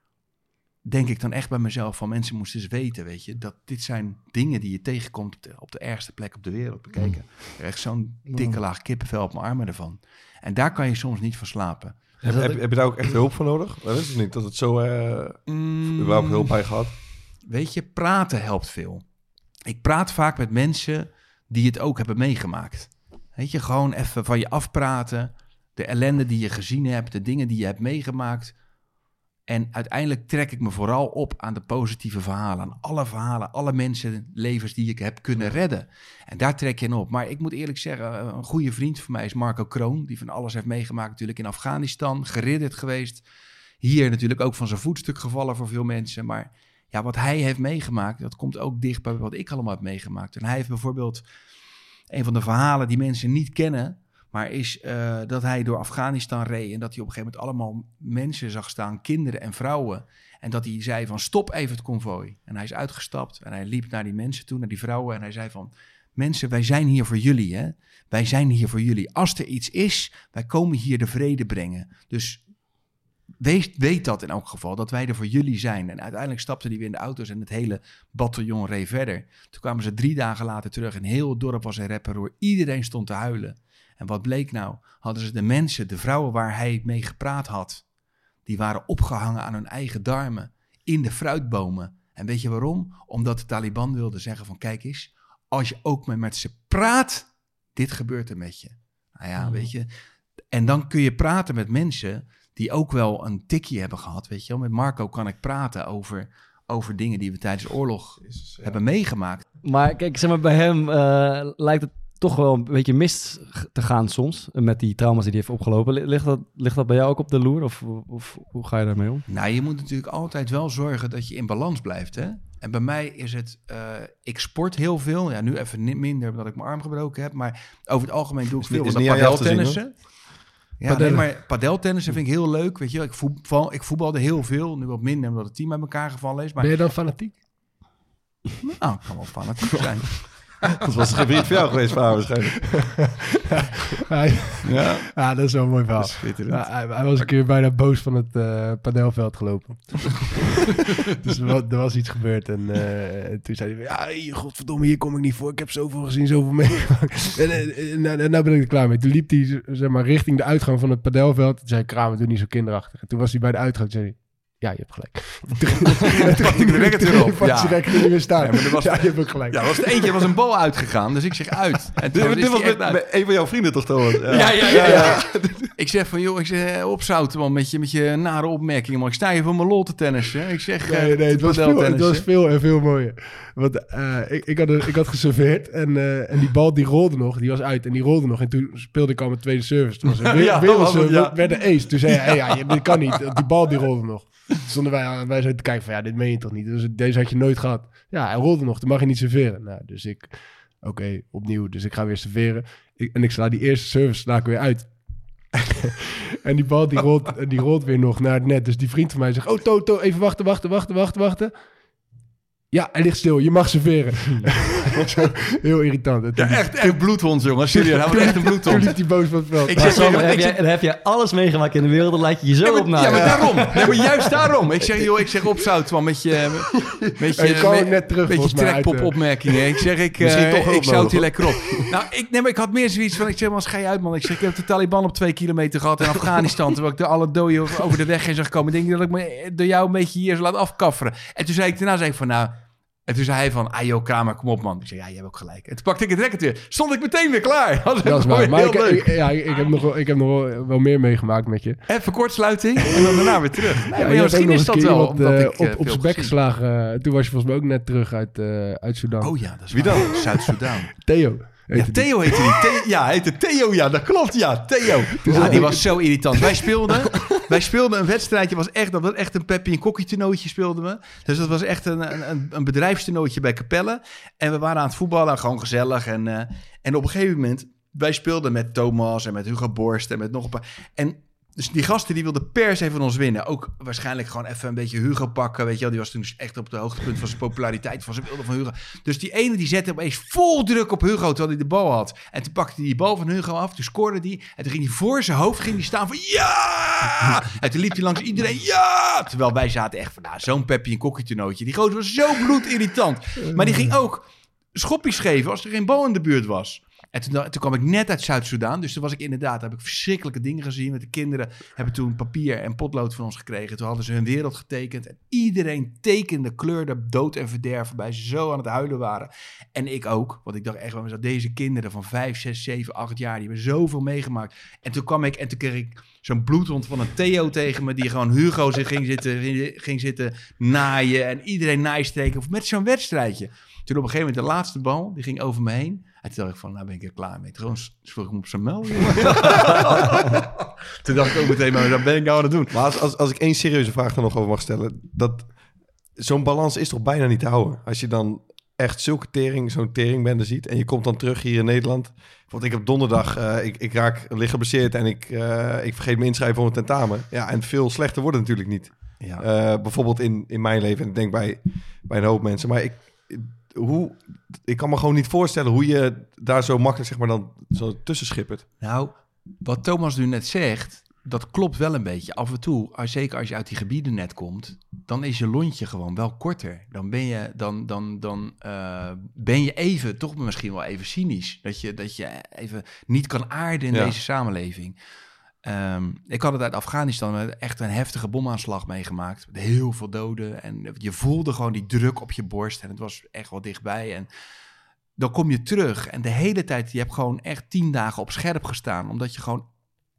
denk ik dan echt bij mezelf van, mensen moesten eens weten, weet je, dat dit zijn dingen die je tegenkomt op de, op de ergste plek op de wereld bekeken. Mm. Echt zo'n dikke laag kippenvel op mijn armen ervan. En daar kan je soms niet van slapen. Heb, heb, heb je daar ook echt hulp voor nodig? Dat is het niet, dat het zo uh, mm, überhaupt hulp bij gehad? Weet je, praten helpt veel. Ik praat vaak met mensen die het ook hebben meegemaakt. Weet je, gewoon even van je afpraten, de ellende die je gezien hebt, de dingen die je hebt meegemaakt. En uiteindelijk trek ik me vooral op aan de positieve verhalen. Aan alle verhalen, alle mensenlevens die ik heb kunnen redden. En daar trek je in op. Maar ik moet eerlijk zeggen, een goede vriend van mij is Marco Kroon. Die van alles heeft meegemaakt natuurlijk in Afghanistan. Geridderd geweest. Hier natuurlijk ook van zijn voetstuk gevallen voor veel mensen. Maar ja, wat hij heeft meegemaakt, dat komt ook dicht bij wat ik allemaal heb meegemaakt. En hij heeft bijvoorbeeld een van de verhalen die mensen niet kennen, maar is uh, dat hij door Afghanistan reed en dat hij op een gegeven moment allemaal mensen zag staan, kinderen en vrouwen. En dat hij zei van, stop even het konvooi. En hij is uitgestapt en hij liep naar die mensen toe, naar die vrouwen. En hij zei van, mensen, wij zijn hier voor jullie. Hè? Wij zijn hier voor jullie. Als er iets is, wij komen hier de vrede brengen. Dus wees, weet dat in elk geval, dat wij er voor jullie zijn. En uiteindelijk stapte hij weer in de auto's en het hele bataljon reed verder. Toen kwamen ze drie dagen later terug en heel het dorp was in rep en roer. Iedereen stond te huilen. En wat bleek nou? Hadden ze de mensen, de vrouwen waar hij mee gepraat had, die waren opgehangen aan hun eigen darmen in de fruitbomen. En weet je waarom? Omdat de Taliban wilde zeggen van, kijk eens, als je ook maar met ze praat, dit gebeurt er met je. Nou ja, weet je. En dan kun je praten met mensen die ook wel een tikje hebben gehad, weet je wel. Met Marco kan ik praten over, over dingen die we tijdens de oorlog Jezus, ja. hebben meegemaakt. Maar kijk, zeg maar, bij hem uh, lijkt het toch wel een beetje mis te gaan soms. Met die trauma's die hij heeft opgelopen. Ligt dat, ligt dat bij jou ook op de loer? Of, of hoe ga je daarmee om? Nou, je moet natuurlijk altijd wel zorgen dat je in balans blijft, hè? En bij mij is het, uh, ik sport heel veel. Ja, nu even minder omdat ik mijn arm gebroken heb. Maar over het algemeen doe ik veel. Is niet aan jou te zien, hoor. Ja, nee, maar padeltennissen vind ik heel leuk. Weet je, ik, voetbal, ik voetbalde heel veel. Nu wat minder omdat het team uit elkaar gevallen is. Maar... Ben je dan fanatiek? Nou, kan wel fanatiek zijn. Dat was een gebied voor jou geweest, vader, waarschijnlijk. ja, ja. ja, dat is wel een mooi verhaal. Ja, hij, hij was een keer bijna boos van het uh, padelveld gelopen. dus er was, er was iets gebeurd. En, uh, en toen zei hij, ja, godverdomme, hier kom ik niet voor. Ik heb zoveel gezien, zoveel meegemaakt. en, en, en, en, en nou ben ik er klaar mee. Toen liep hij zeg maar, richting de uitgang van het padelveld. Toen zei ik, Kramer, doe niet zo kinderachtig. En toen was hij bij de uitgang. Toen zei hij, ja, je hebt gelijk. Toen ging de record weer op. Ja, je niet meer staan. Ja, maar er was, ja, je hebt ook gelijk. Ja, was de eentje was een bal uitgegaan, dus ik zeg uit. En dit was, dit was met, met een van jouw vrienden toch, Thomas? Ja, ja, ja. ja, ja, ja. Ik zeg van, joh, ik zeg, opzouten, man, met je, met je nare opmerkingen, man. Ik sta hier voor mijn lol te tennissen. Ik zeg, nee, uh, nee, het was, veel, het was veel en veel mooier. Want uh, ik, ik, had, ik had geserveerd en, uh, en die bal die rolde nog, die was uit en die rolde nog. En toen speelde ik al mijn tweede service. Toen was een weer, ja, wereldservice, ja. werd een ace. Toen zei hij, hey, ja, dit kan niet, die bal die rolde nog. Toen stonden wij, wij zo te kijken van, ja, dit meen je toch niet? Dus deze had je nooit gehad. Ja, hij rolde nog, toen mag je niet serveren. Nou, dus ik, oké, okay, opnieuw. Dus ik ga weer serveren. Ik, en ik sla die eerste service sla ik weer uit. en die bal die rolt, die rolt weer nog naar het net. Dus die vriend van mij zegt, oh Toto, even wachten, wachten, wachten, wachten, wachten. Ja, hij ligt stil. Je mag serveren. Zo, heel irritant. Ja, echt, echt bloedhond, jongen. Serieus, hij was echt een bloedhond. Toen liep die boos van het veld. Ik zeg, dan, heb jij, dan heb je alles meegemaakt in de wereld, dan laat je je zo ja, maar, op naar. Ja, maar daarom. Nee, maar juist daarom. Ik zeg, joh, ik zeg opzout, man, met je... Met je, je kwam met, net terug, met je trekpop-opmerkingen. Ik zeg, ik, uh, ik zout hier lekker op. Nou, ik, nee, maar ik had meer zoiets van, ik zeg, man, ga je uit, man. Ik zeg, ik heb de Taliban op twee kilometer gehad in Afghanistan, terwijl ik de alle doden over de weg heen zag komen. Ik denk dat ik me door jou een beetje hier zo laat afkafferen. En toen zei ik, daarna zei ik van, nou... En toen zei hij van, ah joh, Kramer, kom op man. Ik zei, ja, je hebt ook gelijk. En toen pakte ik het record weer. Stond ik meteen weer klaar. Dat, dat is waar. Maar ik, ik, ja, ik, heb nog wel, ik heb nog wel, wel meer meegemaakt met je. Even kortsluiting en dan daarna weer terug. Nee, ja, maar misschien is dat wel. Wat, uh, ik, op op zijn bek geslagen. Uh, toen was je volgens mij ook net terug uit, uh, uit Sudan. Oh ja, dat is Wie dan? Zuid-Soedan. Theo. Ja, Theo heette die. The- ja, hij heette Theo. Ja, dat klopt. Ja, Theo. Ja, die was zo irritant. Wij speelden, wij speelden een wedstrijdje. Was echt, dat was echt een Peppy en Kokkie toernooitje speelden we. Dus dat was echt een, een, een bedrijfstoernooitje bij Capelle. En we waren aan het voetballen. Gewoon gezellig. En, uh, en op een gegeven moment... Wij speelden met Thomas en met Hugo Borst en met nog een paar... En dus die gasten die wilden per se van ons winnen. Ook waarschijnlijk gewoon even een beetje Hugo pakken. Weet je wel, die was toen dus echt op het hoogtepunt van zijn populariteit. Van ze wilden van Hugo. Dus die ene die zette opeens vol druk op Hugo terwijl hij de bal had. En toen pakte hij die bal van Hugo af. Toen scoorde hij. En toen ging hij voor zijn hoofd ging hij staan van ja! En toen liep hij langs iedereen ja! Terwijl wij zaten echt van nou, zo'n Peppy en Kokkie toernooitje. Die gozer was zo bloedirritant. Maar die ging ook schoppies geven als er geen bal in de buurt was. En toen, toen kwam ik net uit Zuid-Soedan. Dus toen was ik inderdaad, heb ik verschrikkelijke dingen gezien. Met de kinderen hebben toen papier en potlood van ons gekregen. Toen hadden ze hun wereld getekend. En iedereen tekende, kleurde dood en verderf. Waarbij ze zo aan het huilen waren. En ik ook. Want ik dacht echt, dat deze kinderen van vijf, zes, zeven, acht jaar. Die hebben zoveel meegemaakt. En toen kwam ik en toen kreeg ik zo'n bloedhond van een Theo tegen me. Die gewoon Hugo zich ging zitten, ging zitten naaien. En iedereen naaisteken. Of met zo'n wedstrijdje. Toen op een gegeven moment de laatste bal, die ging over me heen. En toen dacht ik van, nou ben ik er klaar mee. Toen sloeg ik hem op zijn mel. Toen dacht ik ook meteen, maar dat ben ik nou aan het doen. Maar als, als, als ik één serieuze vraag er nog over mag stellen. Dat, zo'n balans is toch bijna niet te houden? Als je dan echt zulke tering, zo'n teringbende ziet. En je komt dan terug hier in Nederland. Want ik heb donderdag, uh, ik, ik raak licht geblesseerd. En ik, uh, ik vergeet me inschrijven voor een tentamen. Ja, en veel slechter wordt het natuurlijk niet. Ja. Uh, bijvoorbeeld in, in mijn leven. En ik denk bij, bij een hoop mensen. Maar ik... Hoe, ik kan me gewoon niet voorstellen hoe je daar zo makkelijk zeg maar dan zo tussen schippert. Nou, wat Thomas nu net zegt, dat klopt wel een beetje. Af en toe, als, zeker als je uit die gebieden net komt, dan is je lontje gewoon wel korter. Dan ben je, dan, dan, dan, uh, ben je even, toch misschien wel even cynisch. Dat je, dat je even niet kan aarden in ja. deze samenleving. Um, ik had het uit Afghanistan echt een heftige bomaanslag meegemaakt. Met heel veel doden. En je voelde gewoon die druk op je borst. En het was echt wel dichtbij. En dan kom je terug. En de hele tijd, je hebt gewoon echt tien dagen op scherp gestaan. Omdat je gewoon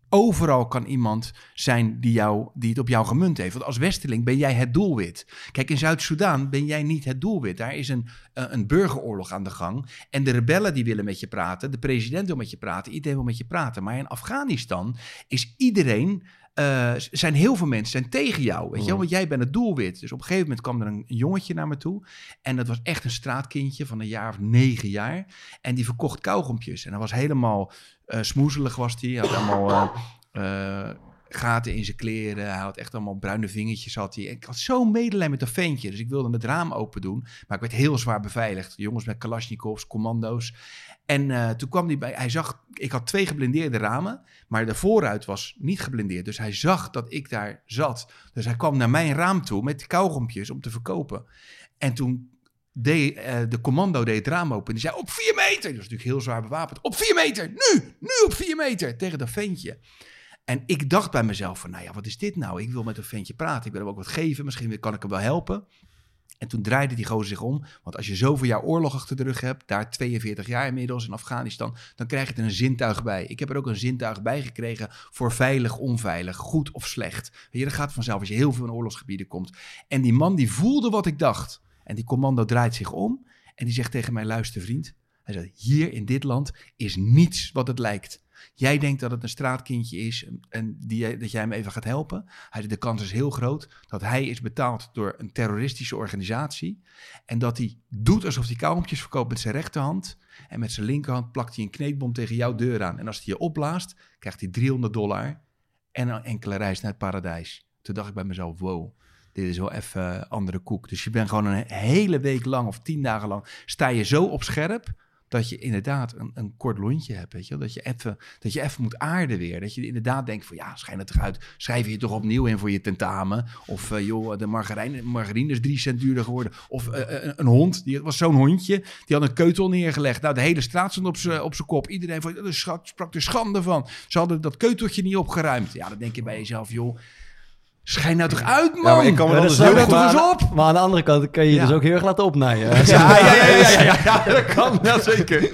Overal kan iemand zijn die, jou, die het op jou gemunt heeft. Want als Westerling ben jij het doelwit. Kijk, in Zuid-Soedan ben jij niet het doelwit. Daar is een, uh, een burgeroorlog aan de gang. En de rebellen die willen met je praten. De president wil met je praten. Iedereen wil met je praten. Maar in Afghanistan is iedereen... Uh, zijn heel veel mensen zijn tegen jou, weet je wel? Want jij bent het doelwit. Dus op een gegeven moment kwam er een, een jongetje naar me toe. En dat was echt een straatkindje van een jaar of negen jaar. En die verkocht kauwgompjes. En hij was helemaal uh, smoezelig was die. Hij had allemaal uh, uh, gaten in zijn kleren. Hij had echt allemaal bruine vingertjes. Had hij. En ik had zo'n medelijden met dat ventje. Dus ik wilde het raam open doen. Maar ik werd heel zwaar beveiligd. Jongens met kalasjnikovs, commando's. En uh, toen kwam hij bij, hij zag, ik had twee geblindeerde ramen, maar de voorruit was niet geblindeerd. Dus hij zag dat ik daar zat. Dus hij kwam naar mijn raam toe met kauwgompjes om te verkopen. En toen deed uh, de commando deed het raam open en die zei op vier meter. Dat was natuurlijk heel zwaar bewapend. Op vier meter, nu, nu op vier meter, tegen dat ventje. En ik dacht bij mezelf van, nou ja, wat is dit nou? Ik wil met dat ventje praten, ik wil hem ook wat geven, misschien kan ik hem wel helpen. En toen draaide die gozer zich om. Want als je zoveel jaar oorlog achter de rug hebt, daar tweeënveertig jaar inmiddels in Afghanistan, dan krijg je er een zintuig bij. Ik heb er ook een zintuig bij gekregen voor veilig, onveilig, goed of slecht. Weet je, dat gaat vanzelf als je heel veel in oorlogsgebieden komt. En die man die voelde wat ik dacht. En die commando draait zich om en die zegt tegen mij, luister vriend. Hij zegt, hier in dit land is niets wat het lijkt. Jij denkt dat het een straatkindje is en die, dat jij hem even gaat helpen. Hij zegt, de kans is heel groot dat hij is betaald door een terroristische organisatie. En dat hij doet alsof hij kauwgompjes verkoopt met zijn rechterhand. En met zijn linkerhand plakt hij een kneedbom tegen jouw deur aan. En als hij je opblaast, krijgt hij driehonderd dollar en een enkele reis naar het paradijs. Toen dacht ik bij mezelf, wow, dit is wel even andere koek. Dus je bent gewoon een hele week lang of tien dagen lang, sta je zo op scherp dat je inderdaad een, een kort lontje hebt, weet je wel? Dat je even, dat je even moet aarden weer. Dat je inderdaad denkt van, ja, schijn het eruit. Schrijf je toch opnieuw in voor je tentamen. Of, uh, joh, de margarine, margarine is drie cent duurder geworden. Of uh, een, een hond, die was zo'n hondje, die had een keutel neergelegd. Nou, de hele straat stond op zijn op zijn kop. Iedereen van, er sprak er schande van. Ze hadden dat keuteltje niet opgeruimd. Ja, dan denk je bij jezelf, joh, schijn nou toch uit, man. Ja, maar ik kan me Ja, dan dat dus is heel ook goed... maar- toch eens op. Maar aan de andere kant kan je je Ja. dus ook heel erg laten opnaaien. Ja, ja, ja, ja, ja, ja, ja, dat kan, ja, zeker.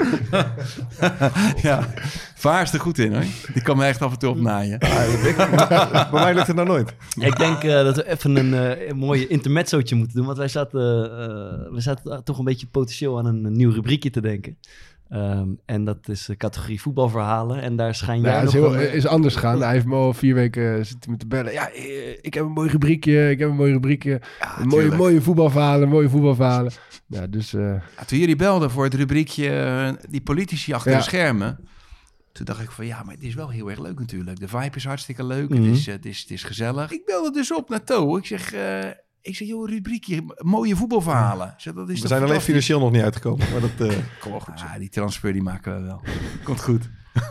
Ja, Vaar is er goed in, hoor. Die kan me echt af en toe opnaaien. Bij mij lukt het nou nooit. Ik denk uh, dat we even een, uh, een mooie intermezzootje moeten doen. Want wij zaten, uh, we zaten toch een beetje potentieel aan een, een nieuw rubriekje te denken. Um, en dat is de categorie voetbalverhalen. En daar schijn jij Ja, het nog is, heel, een- is anders gegaan. Hij heeft me al vier weken zitten me te bellen. Ja, eh, ik heb een mooi rubriekje. Ik heb een mooi rubriekje. Ja, een mooie, tuurlijk. mooie voetbalverhalen. Mooie voetbalverhalen. Ja, dus... eh, Ja, toen jullie belden voor het rubriekje uh, die politici achter Ja. de schermen, toen dacht ik van ja, maar het is wel heel erg leuk natuurlijk. De vibe is hartstikke leuk. Mhm. Het, is, uh, het, is, het is gezellig. Ik belde dus op naar To. Ik zeg, uh, ik zeg, joh, rubriekje, mooie voetbalverhalen. Ik zeg, dat is We toch zijn alleen fantastisch? financieel nog niet uitgekomen. Maar dat uh, komt wel goed. Ah, die transfer die maken we wel. Komt goed.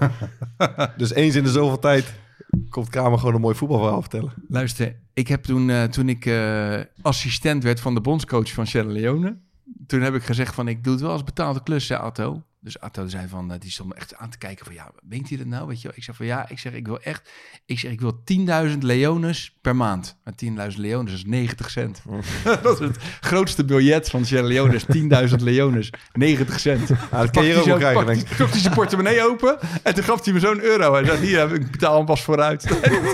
Dus eens in de zoveel tijd komt Kramer gewoon een mooi voetbalverhaal vertellen. Luister, ik heb toen, uh, toen ik uh, assistent werd van de bondscoach van Sierra Leone, toen heb ik gezegd van, ik doe het wel als betaalde klus, zei Atto. Dus Atto zei van, uh, die stond me echt aan te kijken van, ja, meent hij dat nou? Weet je wel? Ik zeg van, ja, ik zeg, ik wil echt, ik zeg, ik wil tienduizend leones per maand. Maar tienduizend leones is negentig cent. dat is het grootste biljet van Sierra Leone, is tienduizend leones, negentig cent. Ja, dat kan je hier ook wel krijgen, denk ik. Toen trok hij zijn portemonnee open en toen gaf hij me zo'n euro. Hij zei, hier, ik betaal hem pas vooruit.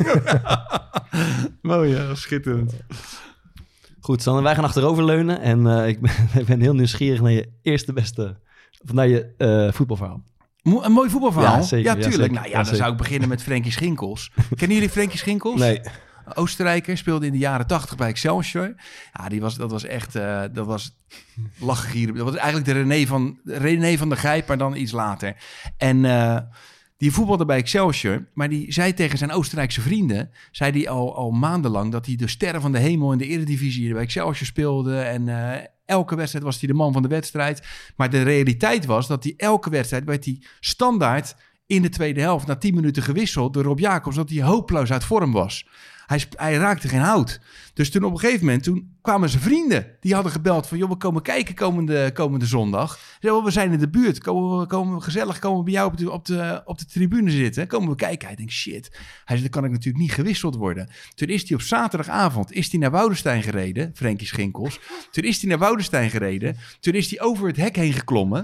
Mooi, ja, schitterend. Goed, Sander, wij gaan achteroverleunen. En uh, ik, ben, ik ben heel nieuwsgierig naar je eerste beste... Of naar je uh, voetbalverhaal. Mo- Een mooi voetbalverhaal? Ja, zeker, Ja, ja, tuurlijk. zeker. Nou ja, Ja, dan zeker. zou ik beginnen met Frenkie Schinkels. Kennen jullie Frenkie Schinkels? Nee. Oostenrijker, speelde in de jaren tachtig bij Excelsior. Ja, die was, dat was echt... Uh, dat was lachen gieren. Dat was eigenlijk de René van, René van der Gijp, maar dan iets later. En... Uh, die voetbalde bij Excelsior, maar die zei tegen zijn Oostenrijkse vrienden, zei die al, al maandenlang dat hij de sterren van de hemel in de Eredivisie bij Excelsior speelde. En uh, elke wedstrijd was hij de man van de wedstrijd. Maar de realiteit was dat hij elke wedstrijd werd hij standaard in de tweede helft na tien minuten gewisseld door Rob Jacobs, dat hij hopeloos uit vorm was. Hij, sp- hij raakte geen hout. Dus toen op een gegeven moment, toen kwamen zijn vrienden. Die hadden gebeld van, joh, we komen kijken komende, komende zondag. Zeiden, we zijn in de buurt. Komen we, komen we gezellig, komen we bij jou op de, op, de, op de tribune zitten. Komen we kijken. Hij denkt, shit. Hij zei, dan kan ik natuurlijk niet gewisseld worden. Toen is hij op zaterdagavond is hij naar Woudenstein gereden. Frenkie Schinkels. Toen is hij naar Woudenstein gereden. Toen is hij over het hek heen geklommen.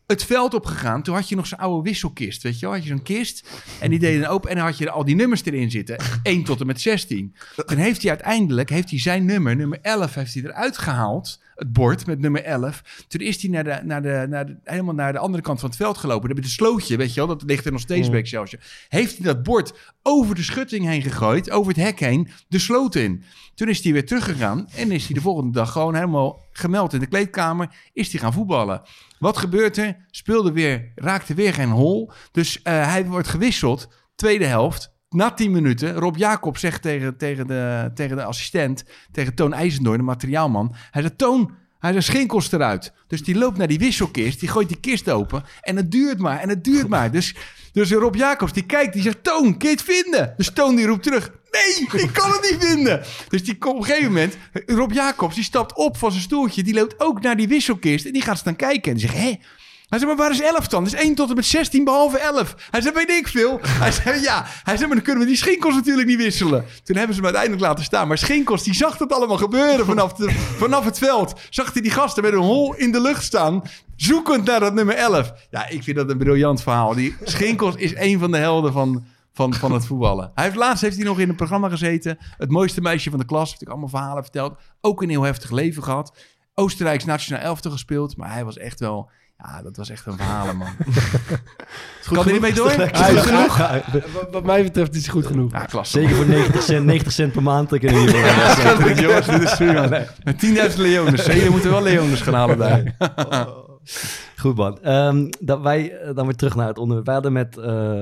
het veld opgegaan. Toen had je nog zo'n oude wisselkist, weet je wel? Had je zo'n kist en die deed dan open en dan had je al die nummers erin zitten. één tot en met zestien. Toen heeft hij uiteindelijk, heeft hij zijn nummer, nummer elf, heeft hij eruit gehaald. Het bord met nummer elf. Toen is hij naar de, naar de, naar de, helemaal naar de andere kant van het veld gelopen. Daar heb je de slootje, weet je wel? Dat ligt er nog steeds bij Excelsior. Heeft hij dat bord over de schutting heen gegooid, over het hek heen, de sloot in. Toen is hij weer teruggegaan en is hij de volgende dag gewoon helemaal gemeld in de kleedkamer. Is hij gaan voetballen. Wat gebeurt er? Speelde weer, raakte weer geen hol. Dus uh, hij wordt gewisseld. Tweede helft. Na tien minuten, Rob Jacob zegt tegen, tegen, de, tegen de assistent, tegen Toon IJzendoorn, de materiaalman. Hij zegt, Toon, hij zegt, Schinkels eruit. Dus die loopt naar die wisselkist, die gooit die kist open. En het duurt maar, en het duurt maar. Dus, dus Rob Jacobs, die kijkt, die zegt, Toon, kun je het vinden? Dus Toon die roept terug, nee, ik kan het niet vinden. Dus die komt op een gegeven moment, Rob Jacobs, die stapt op van zijn stoeltje. Die loopt ook naar die wisselkist en die gaat staan kijken. En die zegt, hé. Hij zei, maar waar is elf dan? Dus één tot en met zestien behalve elf. Hij zei, weet ik veel. Hij zei, ja. Hij zei, maar dan kunnen we die Schinkels natuurlijk niet wisselen. Toen hebben ze hem uiteindelijk laten staan. Maar Schinkels, die zag dat allemaal gebeuren vanaf, de, vanaf het veld. Zag hij die gasten met een hol in de lucht staan, zoekend naar dat nummer elf. Ja, ik vind dat een briljant verhaal. Die Schinkels is een van de helden van, van, van het voetballen. Hij heeft, laatst heeft hij nog in een programma gezeten. Het mooiste meisje van de klas. Heeft ik allemaal verhalen verteld. Ook een heel heftig leven gehad. Oostenrijks nationaal elftal gespeeld. Maar hij was echt wel... Ja, dat was echt een verhaal, man. Kan er niet mee door? Is Hij goed is genoeg? ja, wat, wat mij betreft is hij goed genoeg. Ja, klasse. Zeker voor negentig cent, negentig cent per maand. Dan kunnen we hier Ja, jongens, dit is prima. Met tienduizend leones. Zeden moeten wel leones gaan halen daar. Goed, man. Um, dat wij uh, dan weer terug naar het onderwerp. Wij hadden met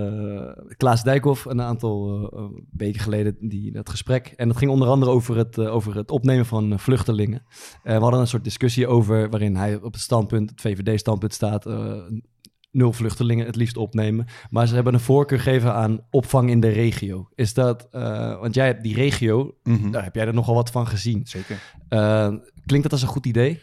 uh, Klaas Dijkhoff een aantal uh, weken geleden die, dat gesprek. En dat ging onder andere over het, uh, over het opnemen van uh, vluchtelingen. Uh, we hadden een soort discussie over waarin hij op het standpunt, het V V D-standpunt staat, uh, nul vluchtelingen het liefst opnemen. Maar ze hebben een voorkeur gegeven aan opvang in de regio. Is dat, uh, want jij hebt die regio, Mm-hmm. daar heb jij er nogal wat van gezien. Zeker. Uh, klinkt dat als een goed idee?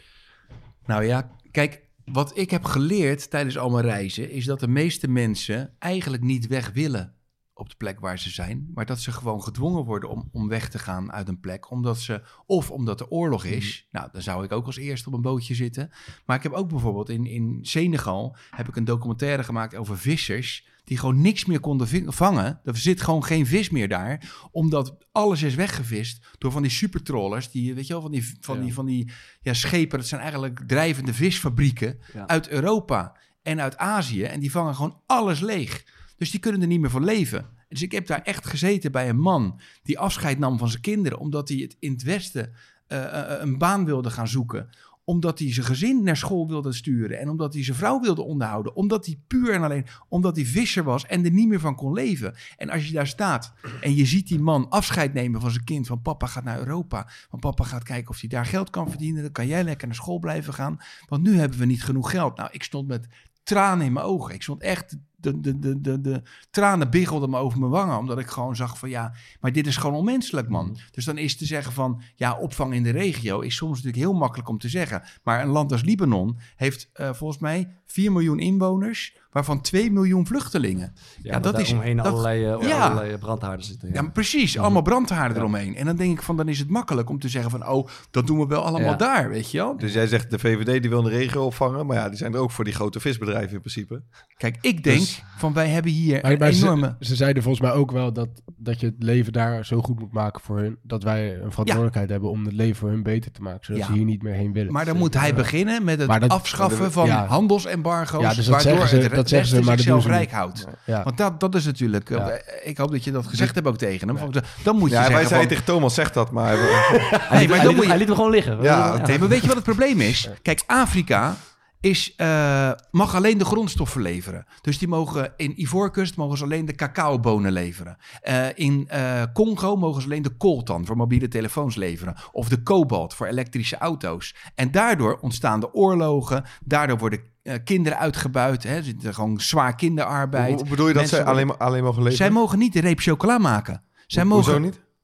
Nou ja, kijk, wat ik heb geleerd tijdens al mijn reizen is dat de meeste mensen eigenlijk niet weg willen op de plek waar ze zijn, maar dat ze gewoon gedwongen worden om, om weg te gaan uit een plek, omdat ze, of omdat er oorlog is. Mm. Nou, dan zou ik ook als eerste op een bootje zitten. Maar ik heb ook bijvoorbeeld in, in Senegal heb ik een documentaire gemaakt over vissers die gewoon niks meer konden vi- vangen. Er zit gewoon geen vis meer daar, omdat alles is weggevist door van die supertrollers, die, weet je wel, van die, van Ja. die, van die ja, schepen, dat zijn eigenlijk drijvende visfabrieken Ja. uit Europa en uit Azië, en die vangen gewoon alles leeg. Dus die kunnen er niet meer van leven. Dus ik heb daar echt gezeten bij een man die afscheid nam van zijn kinderen, omdat hij het in het Westen uh, uh, een baan wilde gaan zoeken. Omdat hij zijn gezin naar school wilde sturen. En omdat hij zijn vrouw wilde onderhouden. Omdat hij puur en alleen, omdat hij visser was en er niet meer van kon leven. En als je daar staat en je ziet die man afscheid nemen van zijn kind. Van papa gaat naar Europa. Van papa gaat kijken of hij daar geld kan verdienen. Dan kan jij lekker naar school blijven gaan. Want nu hebben we niet genoeg geld. Nou, ik stond met tranen in mijn ogen. Ik stond echt, de, de, de, de, de tranen biggelden me over mijn wangen. Omdat ik gewoon zag van ja, maar dit is gewoon onmenselijk, man. Dus dan is te zeggen van ja, opvang in de regio is soms natuurlijk heel makkelijk om te zeggen. Maar een land als Libanon heeft uh, volgens mij vier miljoen inwoners, waarvan twee miljoen vluchtelingen. Ja, Ja, dat is omheen dat, allerlei, uh, ja. allerlei brandhaarden zitten. Ja. Ja, maar precies. Allemaal brandhaarden eromheen. En dan denk ik van, dan is het makkelijk om te zeggen van, oh, dat doen we wel allemaal Ja. daar, weet je wel? Dus jij zegt de V V D die wil een regio opvangen, maar ja, die zijn er ook voor die grote visbedrijven in principe. Kijk, ik denk Dus- van, wij hebben hier Maar, een maar enorme... ze, ze zeiden volgens mij ook wel dat, dat je het leven daar zo goed moet maken voor hun, dat wij een verantwoordelijkheid hebben om het leven voor hun beter te maken, zodat Ja. ze hier niet meer heen willen. Maar dan moet hij beginnen met het Maar dat- afschaffen van ja. handelsembargo's, Ja, dus dat waardoor zeggen ze- het dat zeggen ze, Westen maar dat zichzelf doen ze rijk niet. houdt. Ja. Want dat, dat is natuurlijk... Ja. eh, Ik hoop dat je dat gezegd hebt ook tegen hem. Van, dan moet je Ja, wij zeggen zeiden van... tegen Thomas, zeg dat, maar... Hij, Nee, liet, maar hij, dan liet, moet je- hij liet hem gewoon liggen. Ja, Nee, maar weet je wat het probleem is? Kijk, Afrika is, uh, mag alleen de grondstoffen leveren. Dus die mogen in Ivoorkust mogen ze alleen de cacaobonen leveren. Uh, in uh, Congo mogen ze alleen de coltan voor mobiele telefoons leveren. Of de kobalt voor elektrische auto's. En daardoor ontstaan de oorlogen. Daardoor worden uh, kinderen uitgebuit. Hè. Er zit gewoon zwaar kinderarbeid. Hoe bedoel je dat Mensen zij worden- alleen, maar- alleen mogen leven? Zij mogen niet de reep chocola maken. Zij Ho- mogen... Hoezo niet?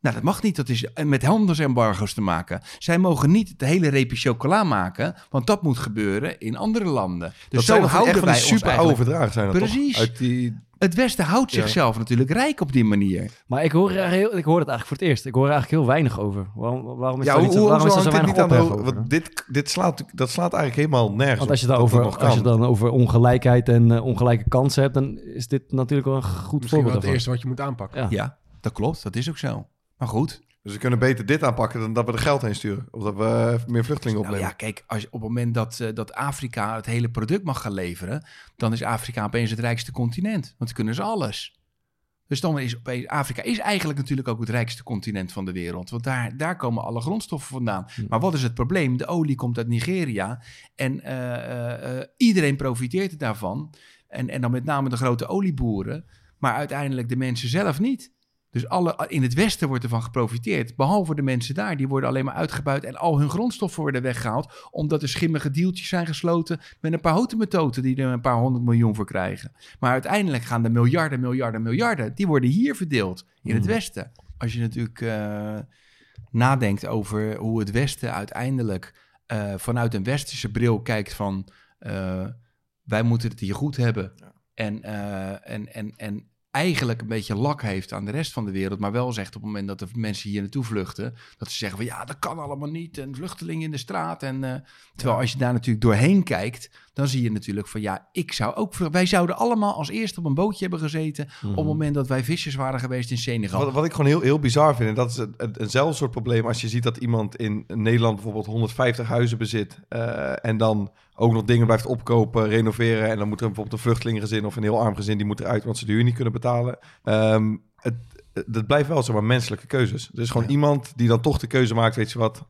Nou, dat mag niet. Dat is met handelsembargo's te maken. Zij mogen niet het hele reepje chocola maken, want dat moet gebeuren in andere landen. Dus dat zo zijn houden echt van wij die ons super oude eigenlijk... verdragen zijn dat Precies. toch? Uit die... Het Westen houdt Ja. zichzelf natuurlijk rijk op die manier. Maar ik hoor, er heel, ik hoor het eigenlijk voor het eerst. Ik hoor er eigenlijk heel weinig over. Waarom, waarom is Ja, er hoe, niet zo, hoe, waarom is er hoezo zo hangt dit weinig niet aan de... ophef over? Want dit, dit slaat, dat slaat eigenlijk helemaal nergens Want als je, op dan dat over, dat nog als je kan. dan over ongelijkheid en uh, ongelijke kansen hebt, dan is dit natuurlijk wel een goed Misschien wel voorbeeld het daarvan. eerste wat je moet aanpakken. Ja. Ja, dat klopt. Dat is ook zo. Maar goed. Dus we kunnen beter dit aanpakken dan dat we er geld heen sturen. Of dat we meer vluchtelingen Nou opnemen. ja, kijk, als je, op het moment dat, uh, dat Afrika het hele product mag gaan leveren, dan is Afrika opeens het rijkste continent. Want dan kunnen ze alles. Dus dan is opeens, Afrika is eigenlijk natuurlijk ook het rijkste continent van de wereld. Want daar, daar komen alle grondstoffen vandaan. Hm. Maar wat is het probleem? De olie komt uit Nigeria en uh, uh, uh, iedereen profiteert daarvan. En, en dan met name de grote olieboeren, maar uiteindelijk de mensen zelf niet. Dus alle, in het Westen wordt ervan geprofiteerd, behalve de mensen daar. Die worden alleen maar uitgebuit en al hun grondstoffen worden weggehaald, omdat er schimmige deeltjes zijn gesloten met een paar houten die er een paar honderd miljoen voor krijgen. Maar uiteindelijk gaan de miljarden, miljarden, miljarden, die worden hier verdeeld, in mm. het Westen. Als je natuurlijk uh, nadenkt over hoe het Westen uiteindelijk uh, vanuit een westerse bril kijkt van, uh, wij moeten het hier goed hebben. Ja. En, uh, en, en, en eigenlijk een beetje lak heeft aan de rest van de wereld, maar wel zegt op het moment dat de mensen hier naartoe vluchten, dat ze zeggen van ja, dat kan allemaal niet en vluchtelingen in de straat. En, uh, terwijl ja. als je daar natuurlijk doorheen kijkt, dan zie je natuurlijk van ja, ik zou ook, wij zouden allemaal als eerste op een bootje hebben gezeten mm-hmm. op het moment dat wij vissers waren geweest in Senegal. Wat, wat ik gewoon heel, heel bizar vind, en dat is een, een, eenzelfde soort probleem als je ziet dat iemand in Nederland bijvoorbeeld honderdvijftig huizen bezit uh, en dan ook nog dingen blijft opkopen, renoveren. En dan moet er bijvoorbeeld een vluchtelingengezin of een heel arm gezin, die moet eruit, want ze de huur niet kunnen betalen. Um, het, het blijft wel zomaar menselijke keuzes. Er is gewoon ja. iemand die dan toch de keuze maakt, weet je wat,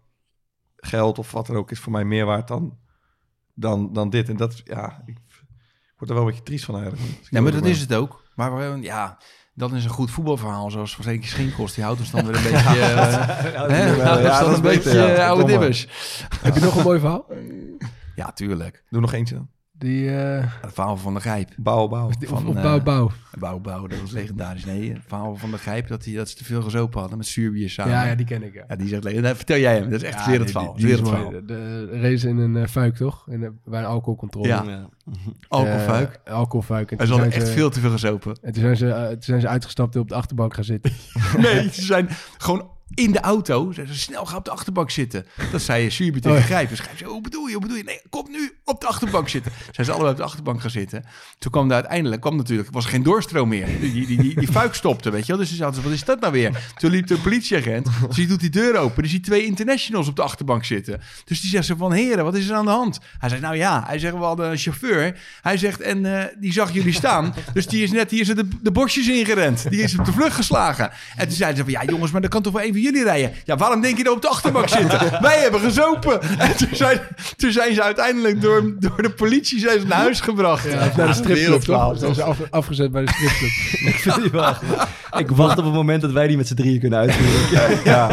geld of wat dan ook is voor mij meer waard dan, dan, dan dit. En dat, ja, ik, ik word er wel een beetje triest van eigenlijk. Ja, maar dat ben. is het ook. Maar ja, dat is een goed voetbalverhaal, zoals Vereniging Schinkost. Die houdt ons dan weer een beetje... Uh, ja, hè? Ja, ja, dat is een beetje uh, oude dibbers. Heb je nog een mooi verhaal? Ja, tuurlijk. Doe nog eentje dan. Die, uh... Het verhaal van de Gijp. Bouw, bouw. Van, of bouw, bouw. Uh, bouw, bouw, dat was legendarisch. Nee, het verhaal van de Gijp, dat, die, dat ze te veel gezopen hadden met zuurbier samen. Ja, ja, die ken ik, ja. ja die zegt, nee, vertel jij hem, dat is echt ja, weer het verhaal. Die, die, die is mooi. De, de race in een uh, fuik, toch? In de, bij een alcoholcontrole. Ja, ja. alcoholfuik. Uh, alcoholfuik. En ze hadden echt ze, veel te veel gezopen. En toen zijn ze, uh, toen zijn ze uitgestapt en op de achterbank gaan zitten. Nee, ze zijn gewoon... in de auto, ze snel gaan op de achterbank zitten. Dat zei Zuurbier tegen oh, ja. Gijp. Dus Gijp zei, hoe bedoel je, hoe bedoel je? Nee, kom nu op de achterbank zitten. Zijn ze allebei op de achterbank gaan zitten. Toen kwam daar uiteindelijk, kwam natuurlijk, was er geen doorstroom meer. Die, die, die, die, die fuik stopte, weet je wel. Dus ze zaten, wat is dat nou weer? Toen liep de politieagent, dus die doet die deur open. Dus die twee internationals op de achterbank zitten. Dus die zegt ze van, heren, wat is er aan de hand? Hij zegt, nou ja, hij zegt, we hadden een chauffeur. Hij zegt, en uh, die zag jullie staan. Dus die is net, hier zijn de, de bosjes ingerend. Die is op de vlucht geslagen. En toen zeiden ze van, ja jongens, maar dan kan toch wel een van jullie rijden? Ja, waarom denk je dat op de achterbank zitten? Wij hebben gezopen. En toen zijn, toen zijn ze uiteindelijk door, door de politie zijn ze naar huis gebracht. Ja, naar de stripclub, toch? Zijn ze af, afgezet bij de stripclub. Ik vind die wel. Ik wacht op het moment dat wij die met z'n drieën kunnen uitvoeren. Ja.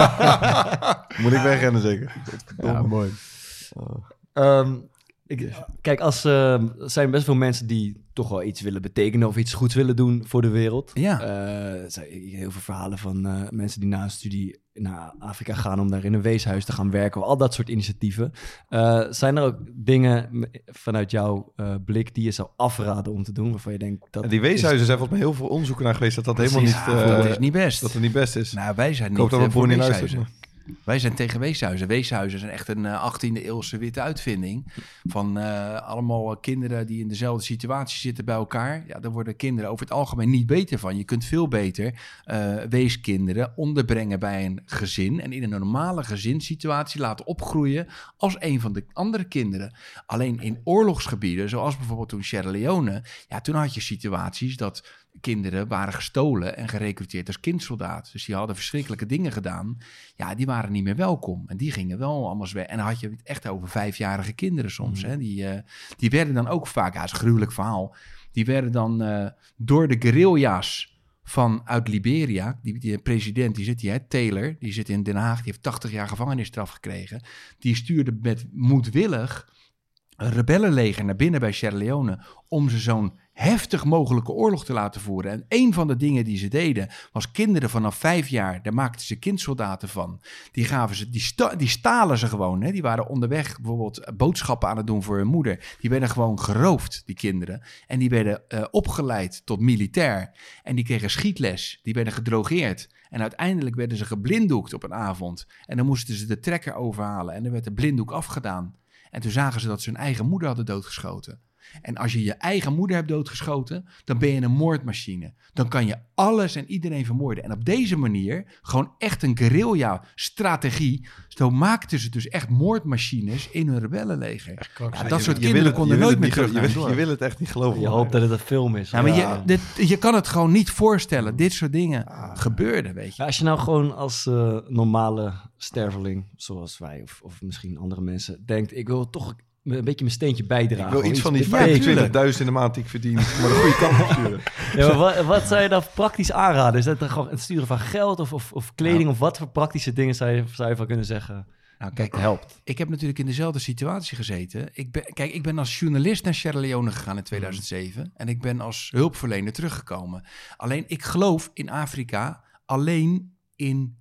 Ja. Moet ik wegrennen zeker. Ja, mooi. Oh. Um, ik, kijk, als uh, er zijn best veel mensen die toch wel iets willen betekenen of iets goeds willen doen voor de wereld. Ja. Uh, er zijn heel veel verhalen van uh, mensen die na een studie naar Afrika gaan om daar in een weeshuis te gaan werken. Of al dat soort initiatieven. Uh, zijn er ook dingen vanuit jouw uh, blik die je zou afraden om te doen? Waarvan je denkt dat. En die weeshuizen is... zijn volgens mij heel veel onderzoeken naar geweest dat dat helemaal Precies, niet. Uh, dat is niet best. Dat het niet best is. Nou, wij zijn ik niet hoop dat we voor niet weeshuizen. Wij zijn tegen weeshuizen. Weeshuizen zijn echt een uh, achttiende eeuwse witte uitvinding. Van uh, allemaal kinderen die in dezelfde situatie zitten bij elkaar. Ja, daar worden kinderen over het algemeen niet beter van. Je kunt veel beter uh, weeskinderen onderbrengen bij een gezin. En in een normale gezinssituatie laten opgroeien als een van de andere kinderen. Alleen in oorlogsgebieden, zoals bijvoorbeeld toen Sierra Leone. Ja, toen had je situaties dat kinderen waren gestolen en gerecruiteerd als kindsoldaat. Dus die hadden verschrikkelijke dingen gedaan. Ja, die waren niet meer welkom. En die gingen wel allemaal weg. En dan had je het echt over vijfjarige kinderen soms. Mm. Hè? Die, uh, die werden dan ook vaak, ja, dat is een gruwelijk verhaal. Die werden dan uh, door de guerrilla's van uit Liberia, die, die president, die zit hier, hè, Taylor, die zit in Den Haag, die heeft tachtig jaar gevangenisstraf gekregen. Die stuurde met moedwillig een rebellenleger naar binnen bij Sierra Leone om ze zo'n heftig mogelijke oorlog te laten voeren. En een van de dingen die ze deden was kinderen vanaf vijf jaar, daar maakten ze kindsoldaten van. Die gaven ze, die, sta, die stalen ze gewoon. Hè? Die waren onderweg bijvoorbeeld boodschappen aan het doen voor hun moeder. Die werden gewoon geroofd, die kinderen. En die werden uh, opgeleid tot militair. En die kregen schietles. Die werden gedrogeerd. En uiteindelijk werden ze geblinddoekt op een avond. En dan moesten ze de trekker overhalen. En dan werd de blinddoek afgedaan. En toen zagen ze dat ze hun eigen moeder hadden doodgeschoten. En als je je eigen moeder hebt doodgeschoten, dan ben je een moordmachine. Dan kan je alles en iedereen vermoorden. En op deze manier, gewoon echt een guerrilla-strategie, zo maakten ze dus echt moordmachines in hun rebellenleger. Ja, dat je, soort je kinderen het, konden nooit meer terug naar je, het dorp. je wil het echt niet geloven. Je hoopt dat het een film is. Ja, maar Ja. je, dit, je kan het gewoon niet voorstellen. Dit soort dingen ah. gebeurden, weet je. Ja, als je nou gewoon als uh, normale sterveling, zoals wij of, of misschien andere mensen, denkt, ik wil toch een beetje mijn steentje bijdragen. Ik wil iets van die betekenen. vijfentwintigduizend in de maand die ik verdien, maar de goede kant op sturen. Ja, maar wat, wat zou je dan praktisch aanraden? Is dat dan gewoon het sturen van geld of, of, of kleding? Nou. Of wat voor praktische dingen zou je, zou je van kunnen zeggen? Nou, kijk, helpt. Ik heb natuurlijk in dezelfde situatie gezeten. Ik ben, kijk, ik ben als journalist naar Sierra Leone gegaan in tweeduizend zeven. Mm. En ik ben als hulpverlener teruggekomen. Alleen, ik geloof in Afrika alleen in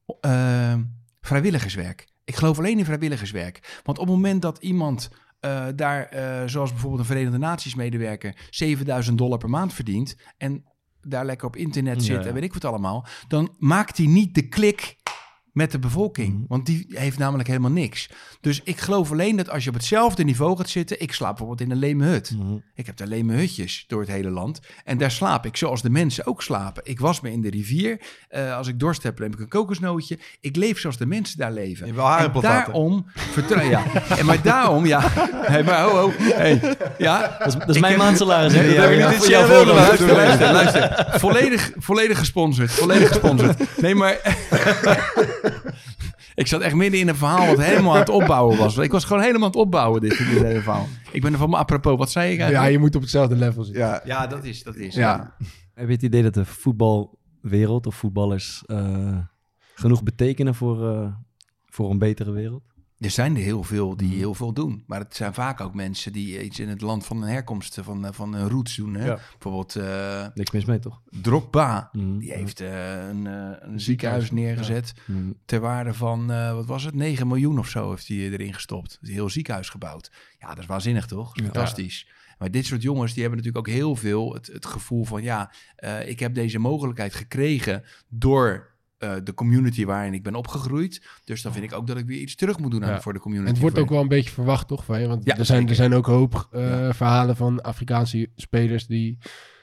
uh, vrijwilligerswerk. Ik geloof alleen in vrijwilligerswerk. Want op het moment dat iemand uh, daar, uh, zoals bijvoorbeeld een Verenigde Naties medewerker, zevenduizend dollar per maand verdient en daar lekker op internet zit ja. en weet ik wat allemaal, dan maakt hij niet de klik met de bevolking. Mm-hmm. Want die heeft namelijk helemaal niks. Dus ik geloof alleen dat als je op hetzelfde niveau gaat zitten, ik slaap bijvoorbeeld in een leme hut. Mm-hmm. Ik heb daar leme hutjes door het hele land. En daar slaap ik zoals de mensen ook slapen. Ik was me in de rivier. Uh, als ik dorst heb, neem ik een kokosnootje. Ik leef zoals de mensen daar leven. Je wil harenplantaten. En daarom vertrouw ja. En maar daarom, ja. Hey, maar ho, ho. Hey, ja. Dat is, dat is mijn maandsalaris. Ja, ja, ja, ja, ja, ja, luister, luister, luister. Volledig, volledig gesponsord. Volledig gesponsord. Nee, maar ik zat echt midden in een verhaal wat helemaal aan het opbouwen was. Ik was gewoon helemaal aan het opbouwen, dit, dit hele verhaal. Ik ben er van me apropos, wat zei ik eigenlijk? Ja, je moet op hetzelfde level zitten. Ja, ja dat is, dat is. Ja. Ja. Heb je het idee dat de voetbalwereld of voetballers uh, genoeg betekenen voor, uh, voor een betere wereld? Er zijn er heel veel die heel veel doen. Maar het zijn vaak ook mensen die iets in het land van hun herkomst, van, van hun roots doen. Hè? Ja. Bijvoorbeeld Uh, niks mis mee, toch? Drogba, mm. die heeft uh, een, uh, een ziekenhuis neergezet. Ja. Mm. Ter waarde van, uh, wat was het, negen miljoen of zo heeft hij erin gestopt. Een heel ziekenhuis gebouwd. Ja, dat is waanzinnig, toch? Dat is fantastisch. Ja. Maar dit soort jongens, die hebben natuurlijk ook heel veel het, het gevoel van, ja, uh, ik heb deze mogelijkheid gekregen door Uh, de community waarin ik ben opgegroeid. Dus dan vind ik ook dat ik weer iets terug moet doen aan, ja. voor de community. En het wordt ook wel een beetje verwacht, toch? Van je? Want ja, er, zijn, er zijn ook hoop uh, ja. verhalen van Afrikaanse spelers die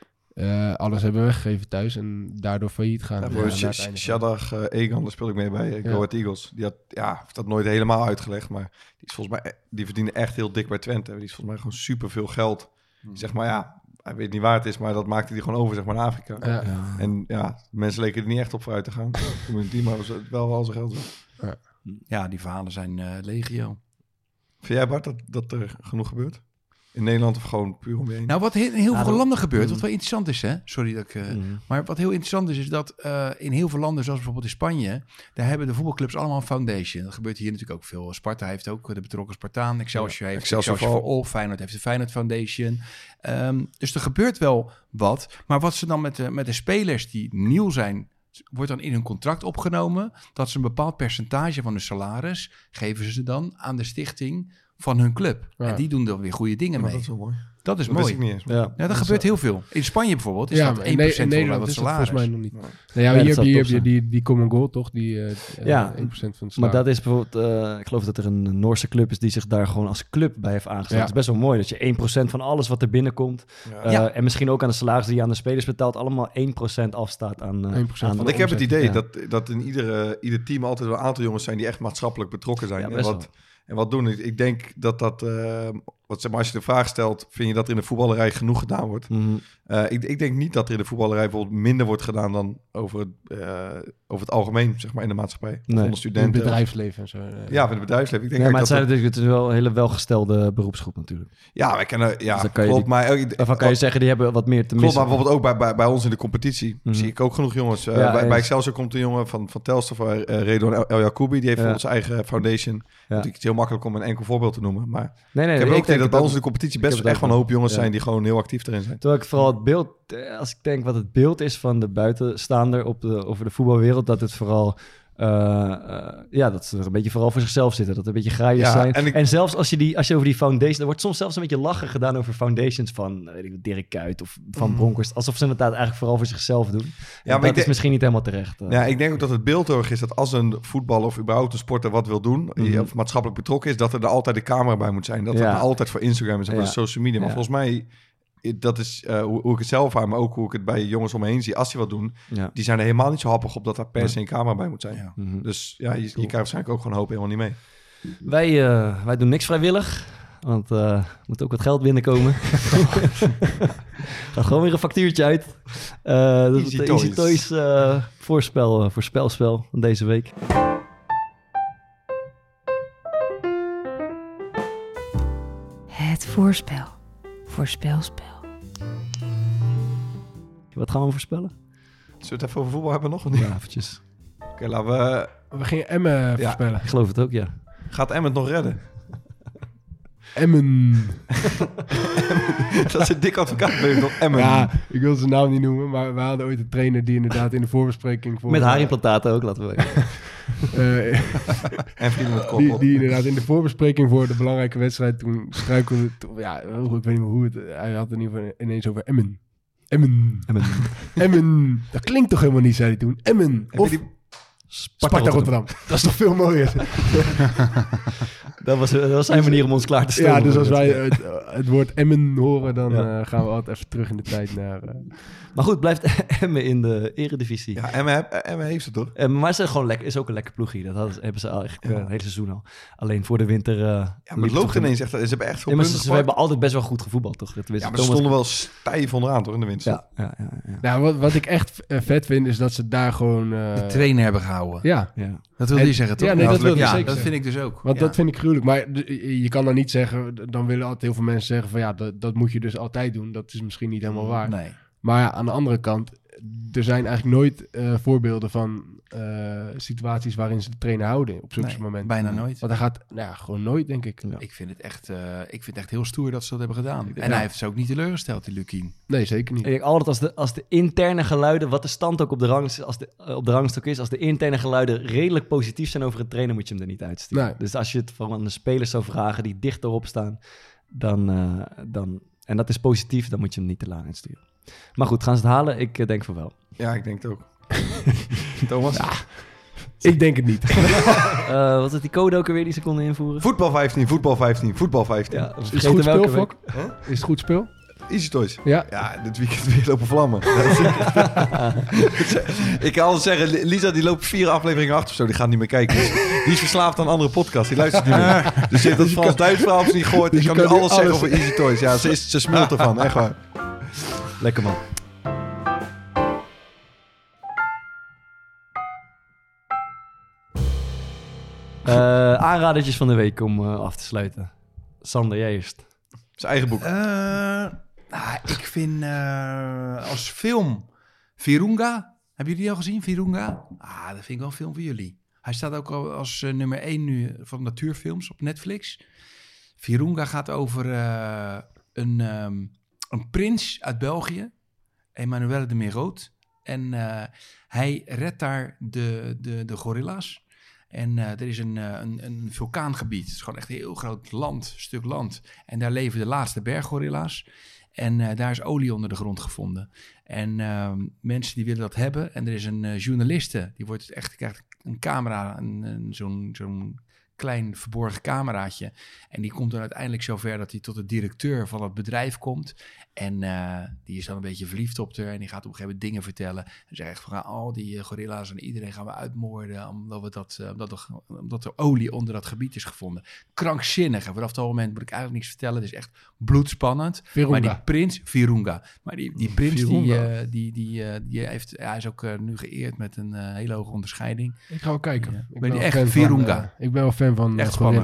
uh, alles hebben weggegeven thuis en daardoor failliet gaan. Ja, voor ja, Sh- Shadag uh, Egan, daar speel ik mee bij uh, Go Ahead ja. Eagles. Die had, ja, heeft dat nooit helemaal uitgelegd, maar die is volgens mij, die verdiende echt heel dik bij Twente. Die is volgens mij gewoon super veel geld. Hmm. Zeg maar, ja, hij weet niet waar het is, maar dat maakte hij gewoon over, zeg maar, naar Afrika. Ja. Ja. En ja, mensen leken er niet echt op vooruit te gaan. Die maar was wel al zijn geld. Ja. ja, die verhalen zijn uh, legio. Vind jij, Bart, dat, dat er genoeg gebeurt? In Nederland of gewoon puur om je heen? Nou, wat in heel, heel nou, veel landen gebeurt, wat wel interessant is, hè? Sorry dat ik... Uh, mm. Maar wat heel interessant is, is dat uh, in heel veel landen, zoals bijvoorbeeld in Spanje, daar hebben de voetbalclubs allemaal een foundation. Dat gebeurt hier natuurlijk ook veel. Sparta heeft ook de betrokken Spartaan. Excelsior heeft Excelsior for All. Feyenoord heeft de Feyenoord Foundation. Um, dus er gebeurt wel wat. Maar wat ze dan met de, met de spelers die nieuw zijn, wordt dan in hun contract opgenomen dat ze een bepaald percentage van hun salaris geven ze dan aan de stichting van hun club. Ja. En die doen dan weer goede dingen oh, mee. Dat is wel mooi. Dat is dat mooi. Ik niet eens, ja. ja, dat, dat gebeurt heel veel. In Spanje bijvoorbeeld is ja, dat één procent in van wat salaris. Volgens mij nog niet. Ja. Nou ja, ja, hier heb je, heb je die, die common goal, toch? Die uh, ja, één procent van het maar dat is bijvoorbeeld, uh, ik geloof dat er een Noorse club is die zich daar gewoon als club bij heeft aangesloten. Ja. Het is best wel mooi dat je één procent van alles wat er binnenkomt ja. Uh, ja. en misschien ook aan de salaris die je aan de spelers betaalt, allemaal één procent afstaat aan, uh, één procent aan Want ik heb het idee ja. dat, dat in iedere, ieder team altijd wel een aantal jongens zijn die echt maatschappelijk betrokken zijn. Ja, en, wat, en wat doen. Ik, ik denk dat dat... Uh, wat, zeg maar, als je de vraag stelt, vind je dat er in de voetballerij genoeg gedaan wordt? Mm-hmm. Uh, ik, ik denk niet dat er in de voetballerij bijvoorbeeld minder wordt gedaan dan over het, uh, over het algemeen, zeg maar, in de maatschappij. Nee. Onder studenten. In het bedrijfsleven en zo. Uh, ja, in het bedrijfsleven. Ik denk nee, maar het, dat zijn dat... het is wel een hele welgestelde beroepsgroep natuurlijk. Ja, wij kennen... Ja, dus klopt, die, maar... Uh, daarvan kan je zeggen, die hebben wat meer te klopt, missen. maar bijvoorbeeld ook bij, bij, bij ons in de competitie mm-hmm. zie ik ook genoeg jongens. Uh, ja, bij, bij Excelsior komt een jongen van, van Telstar, uh, Redouan El, El Jacoubi, die heeft ja. voor onze eigen foundation. Ja. Het is heel makkelijk om een enkel voorbeeld te noemen, maar nee, nee, ik heb nee, ook het idee dat bij ook- ons in de competitie ik heb best het echt ook wel een hoop jongens ja. zijn die gewoon heel actief erin zijn. Terwijl ik vooral het beeld, eh, als ik denk wat het beeld is van de buitenstaander op de, over de voetbalwereld, dat het vooral, uh, uh, ja, dat ze er een beetje vooral voor zichzelf zitten. Dat er een beetje graaiers Ja, zijn. en En, ik- zelfs als je, die, als je over die foundation, er wordt soms zelfs een beetje lachen gedaan over foundations van, uh, weet ik, wat, Dirk Kuyt of van Bronkhorst. Alsof ze inderdaad eigenlijk vooral voor zichzelf doen. Ja, maar maar ik dat is denk- misschien niet helemaal terecht. uh. Ja, ik denk ook dat het beeld heel erg is dat als een voetballer of überhaupt een sporter wat wil doen, Mhm. of maatschappelijk betrokken is, dat er, er altijd de camera bij moet zijn. Dat Ja. het altijd voor Instagram is en voor Ja. de social media. Maar Ja. volgens mij, i- dat is uh, hoe, hoe ik het zelf aan, maar ook hoe ik het bij jongens om me heen zie. Als die wat doen, Ja. die zijn er helemaal niet zo happig op dat daar per se een camera bij moet zijn. Ja. Mhm. Dus ja, je, je krijgt waarschijnlijk ook gewoon een hoop helemaal niet mee. Wij, uh, wij doen niks vrijwillig, want uh, er moet ook wat geld binnenkomen. Gaat gewoon weer een factuurtje uit. Uh, dat is Easy het Toys. Easy Toys uh, voorspel, uh, voorspelspel van deze week. Het voorspel. Voorspelspel. Wat gaan we voorspellen? Zullen we het even over voetbal hebben nog? Of niet? Ja, eventjes. Oké, laten we... We gingen Emmen voorspellen. Ik geloof het ook, ja. Gaat Emmen het nog redden? Emmen. Dat is een dik advocaat bij nog Emmen. Ja, ik wil zijn naam niet noemen, maar we hadden ooit een trainer die inderdaad in de voorbespreking... Voor, Met haarimplantaten ook, laten we weten. Uh, en vrienden met kop die, op. die inderdaad in de voorbespreking voor de belangrijke wedstrijd toen struikelde... Toen, ja, ik weet niet meer hoe het... Hij had het in ieder geval ineens over Emmen. Emmen. Emmen. Emmen. Dat klinkt toch helemaal niet, zei hij toen. Emmen. Heb Of je die- Sparta, Rotterdam. Dat is toch veel mooier. Dat was, dat was zijn manier om ons klaar te stellen. Ja, dus als wij het, het woord Emmen horen, dan Ja. uh, gaan we altijd even terug in de tijd naar... Uh... Maar goed, blijft Emmen in de eredivisie. Ja, Emmen, heb- Emmen heeft het toch? Uh, maar het is, gewoon lekker, is ook een lekker ploegje. Dat hadden, hebben ze al eigenlijk uh, het hele seizoen al. Alleen voor de winter... Uh, Ja, maar het loopt ineens echt... Ze hebben echt veel ja, maar punten ze, ze hebben altijd best wel goed gevoetbald, toch? Tenminste, Ja, maar ze Thomas- stonden wel stijf onderaan, toch, in de winst. Ja, ja, ja, ja. Nou, wat, wat ik echt uh, vet vind, is dat ze daar gewoon... Uh... De trainer hebben gehouden. Ja. ja. Dat wil En- je zeggen, toch? Ja, nee, dat wil ik ja, zeker dat zeggen. vind ik dus ook. Want Ja. dat vind ik gruwelijk. Maar de- je kan dan niet zeggen... Dan willen altijd heel veel mensen zeggen van... Ja, dat, dat moet je dus altijd doen. Dat is misschien niet helemaal waar. Nee. Maar ja, aan de andere kant... Er zijn eigenlijk nooit uh, voorbeelden van uh, situaties waarin ze de trainer houden op zulke Nee, momenten. bijna nooit. Want hij gaat, nou ja, gewoon nooit, denk ik. Ja. Ik vind het echt, uh, ik vind het echt heel stoer dat ze dat hebben gedaan. En Ja. hij heeft ze ook niet teleurgesteld, die Lukien. Nee, zeker niet. Ik denk altijd als de, als de interne geluiden, wat de stand ook op de, rangs, als de, uh, op de rangstok is, als de interne geluiden redelijk positief zijn over een trainer, moet je hem er niet uitsturen. Nee. Dus als je het van de spelers zou vragen die dicht erop staan, dan, uh, dan, en dat is positief, dan moet je hem niet te laag uitsturen. Maar goed, gaan ze het halen? Ik uh, denk van wel. Ja, ik denk het ook. Thomas? Ja, ik denk het niet. uh, wat is die code ook alweer die ze konden invoeren? Voetbal vijftien, voetbal vijftien, voetbal vijftien. Ja, Is het goed speel, Fok? Huh? Is het goed speel? Easy Toys. Ja. Ja, dit weekend weer lopen vlammen. Ik kan alles zeggen, Lisa die loopt vier afleveringen achter of zo. Die gaat niet meer kijken. Die is, die is verslaafd aan andere podcasts. Die luistert niet meer. Dus ze heeft dat Frans-Duits verhaal of ze niet gehoord. Dus Ik je kan nu kan nu alles zeggen alles- over Easy Toys. Ja, ze, is, ze smult ervan. Echt waar. Lekker man. Uh, aanradertjes van de week om uh, af te sluiten. Sander, jij eerst. Zijn eigen boek. Uh, nou, ik vind uh, als film Virunga. Hebben jullie die al gezien, Virunga? Ah, dat vind ik wel een film voor jullie. Hij staat ook al als uh, nummer één nu van natuurfilms op Netflix. Virunga gaat over uh, een, um, een prins uit België, Emmanuel de Merode. En uh, hij redt daar de, de, de gorilla's. En uh, er is een, uh, een, een vulkaangebied. Het is gewoon echt een heel groot land, stuk land. En daar leven de laatste berggorilla's. En uh, daar is olie onder de grond gevonden. En uh, mensen die willen dat hebben. En er is een uh, journaliste, die wordt echt, krijgt een camera, een, een, zo'n, zo'n klein verborgen cameraatje. En die komt dan uiteindelijk zover dat hij tot de directeur van het bedrijf komt. En uh, die is dan een beetje verliefd op haar. En die gaat op een gegeven moment dingen vertellen. En zegt echt van, al die uh, gorilla's en iedereen gaan we uitmoorden. Omdat, we dat, uh, omdat, er, omdat er olie onder dat gebied is gevonden. Krankzinnig. En vanaf dat moment moet ik eigenlijk niks vertellen. Het is echt bloedspannend. Virunga. Maar die prins, Virunga. Maar die, die prins, die, Virunga. uh, die, die, uh, die heeft, hij is ook uh, nu geëerd met een uh, hele hoge onderscheiding. Ik ga wel kijken. Ja. Ik Ben je wel echt fan Virunga? van, uh, ik ben wel fan van uh, Echt gorilla's. spannend.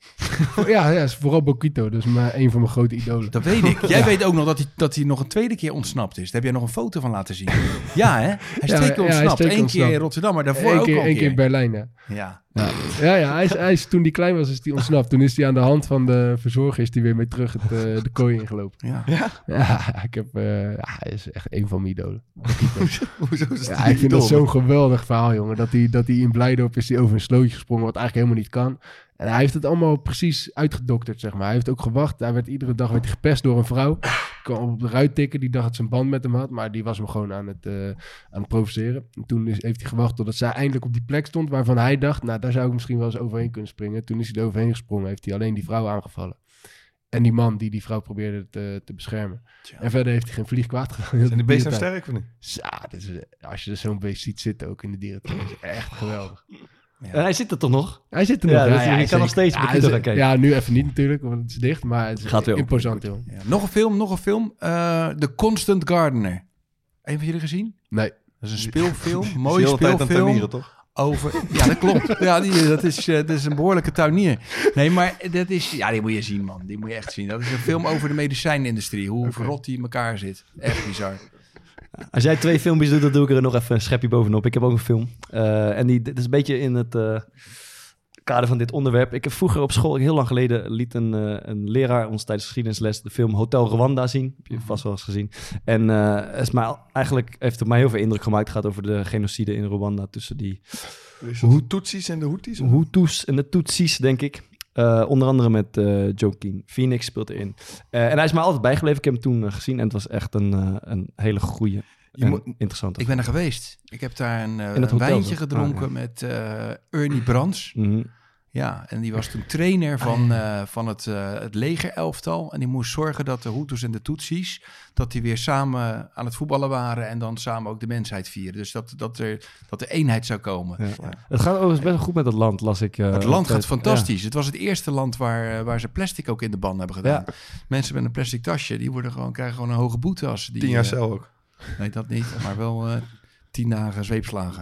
ja, ja, is vooral Boquito. Dus maar een van mijn grote idolen. Dat weet ik. Jij Ja. weet ook nog dat hij, dat hij nog een tweede keer ontsnapt is. Daar heb jij nog een foto van laten zien. Ja, hè? Hij is Ja, twee keer ja, hij is ontsnapt. twee keer Eén keer ontsnapt. in Rotterdam, maar daarvoor Eén ook keer, al een één keer. keer in Berlijn, ja. Ja. Ja, ja, ja hij, is, hij is, toen hij klein was, is hij ontsnapt. Toen is hij aan de hand van de verzorger is hij weer mee terug het, uh, de kooi ingelopen. Ja. Ja? Ja, ik heb, uh, ja, hij is echt een van mijn idolen. Hoezo is Ja, het ik vind dat zo'n geweldig verhaal, jongen. Dat hij, dat hij in Blijdorp is hij over een slootje gesprongen, wat eigenlijk helemaal niet kan. En hij heeft het allemaal precies uitgedokterd, zeg maar. Hij heeft ook gewacht. Hij werd iedere dag werd hij gepest door een vrouw. Ik kwam op de ruit tikken. Die dacht dat ze een band met hem had. Maar die was hem gewoon aan het, uh, aan het provoceren. En toen is, heeft hij gewacht totdat zij eindelijk op die plek stond waarvan hij dacht, nou, daar zou ik misschien wel eens overheen kunnen springen. Toen is hij er overheen gesprongen. Heeft hij alleen die vrouw aangevallen. En die man die die vrouw probeerde te, te beschermen. Tja. En verder heeft hij geen vlieg kwaad gedaan. Zijn die beesten nou sterk of niet? Ja, dit is, als je zo'n beest ziet zitten ook in de dierentuin, is echt geweldig. Ja. En hij zit er toch nog? Hij zit er Ja, nog. dus ja, je hij kan zeker. nog steeds ja, Boquito hij gaan is- kijken. Ja, nu even niet natuurlijk, want het is dicht. Maar het is Gaat weer open. imposant, joh. Ja. Nog een film, nog een film. Uh, The Constant Gardener. Een van jullie gezien? Nee. Dat is een speelfilm. Die Mooie is de hele tijd aan het speelfilm. tuinieren, toch? Over, ja, dat klopt. Ja, die, dat, is, uh, dat is een behoorlijke tuinier. Nee, maar dat is... Ja, die moet je zien, man. Die moet je echt zien. Dat is een film over de medicijnindustrie. Hoe Oké. verrot die in elkaar zit. Echt bizar. Als jij twee filmpjes doet, dan doe ik er nog even een schepje bovenop. Ik heb ook een film. Uh, en die, dit is een beetje in het uh, kader van dit onderwerp. Ik heb vroeger op school, heel lang geleden, liet een, uh, een leraar ons tijdens geschiedenisles de film Hotel Rwanda zien. Heb je vast wel eens gezien. En uh, is mij, eigenlijk heeft het mij heel veel indruk gemaakt. Het gaat over de genocide in Rwanda tussen die Hoe Tutsis en de Houthis? Hutus en de Tutsis, denk ik. Uh, onder andere met uh, Joaquin Phoenix speelt erin. Uh, en hij is mij altijd bijgebleven. Ik heb hem toen uh, gezien en het was echt een, uh, een hele goede en moet, interessante. Ik ben er geweest. Ik heb daar een, uh, In het een hotel, wijntje zo. gedronken Ah, ja. met uh, Ernie Brands. Mm-hmm. Ja, en die was toen trainer van, uh, van het, uh, het legerelftal. En die moest zorgen dat de Hutus en de Tutsis, dat die weer samen aan het voetballen waren en dan samen ook de mensheid vieren. Dus dat, dat, er, dat er eenheid zou komen. Ja. Ja. Het gaat overigens best wel goed met het land, las ik. Uh, het land gaat uh, fantastisch. Ja. Het was het eerste land waar, uh, waar ze plastic ook in de ban hebben gedaan. Ja. Mensen met een plastic tasje, die worden gewoon, krijgen gewoon een hoge boete als die... Tien jaar uh, cel ook. Nee, dat niet, maar wel uh, tien dagen zweepslagen.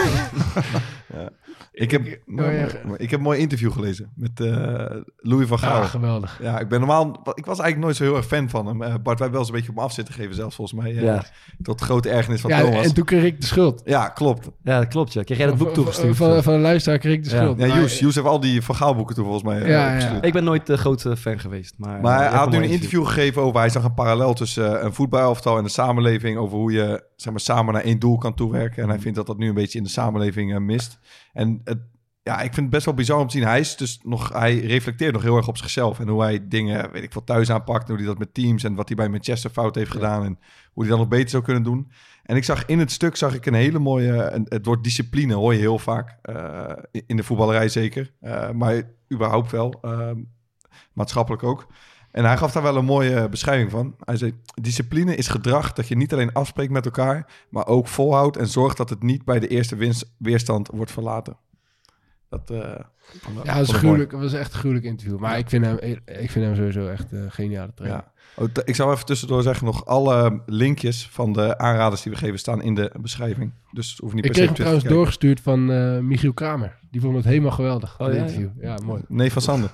Ja. Ik heb, oh, ja. ik heb een mooi interview gelezen met uh, Louis van Gaal. Ja, geweldig. Ja, ik ben normaal... Ik was eigenlijk nooit zo heel erg fan van hem. Uh, Bart, wij hebben wel eens een beetje op me af zitten geven zelfs, volgens mij. Uh, ja. Tot grote ergernis van ja, Thomas. En toen kreeg ik de schuld. Ja, klopt. Ja, dat klopt. Ja. Kreeg jij dat boek toegestuurd? Van, van, van een luisteraar kreeg ik de schuld. Ja, ja Joes, Joes heeft al die Van Gaal boeken toe, volgens mij. Uh, ja, ja. Ik ben nooit de grote fan geweest. Maar, maar hij uh, had nu een interview, interview gegeven over... Hij zag een parallel tussen uh, een voetbalelftal en de samenleving... over hoe je zeg maar, samen naar één doel kan toewerken. En hij vindt dat dat nu een beetje in de samenleving uh, mist. En het... Ja, ik vind het best wel bizar om te zien. Hij is dus nog, hij reflecteert nog heel erg op zichzelf en hoe hij dingen, weet ik veel, thuis aanpakt, hoe hij dat met teams en wat hij bij Manchester fout heeft gedaan ja. en hoe hij dat nog beter zou kunnen doen. En ik zag in het stuk zag ik een hele mooie, een, het woord discipline hoor je heel vaak uh, in de voetballerij zeker, uh, maar überhaupt wel, uh, maatschappelijk ook. En hij gaf daar wel een mooie beschrijving van. Hij zei, discipline is gedrag dat je niet alleen afspreekt met elkaar, maar ook volhoudt en zorgt dat het niet bij de eerste winst, weerstand wordt verlaten. Dat, uh, ja, dat was, gruwelijk, dat was echt een gruwelijk interview. Maar ja. ik, vind hem, ik vind hem sowieso echt een uh, geniale trainer. Ja. Oh, t- ik zou even tussendoor zeggen, nog alle linkjes van de aanraders die we geven staan in de beschrijving. Dus hoef niet ik per kreeg hem trouwens doorgestuurd van uh, Michiel Kramer. Die vond het helemaal geweldig, oh, ja, interview. Ja. ja, mooi. Nee, van Sander.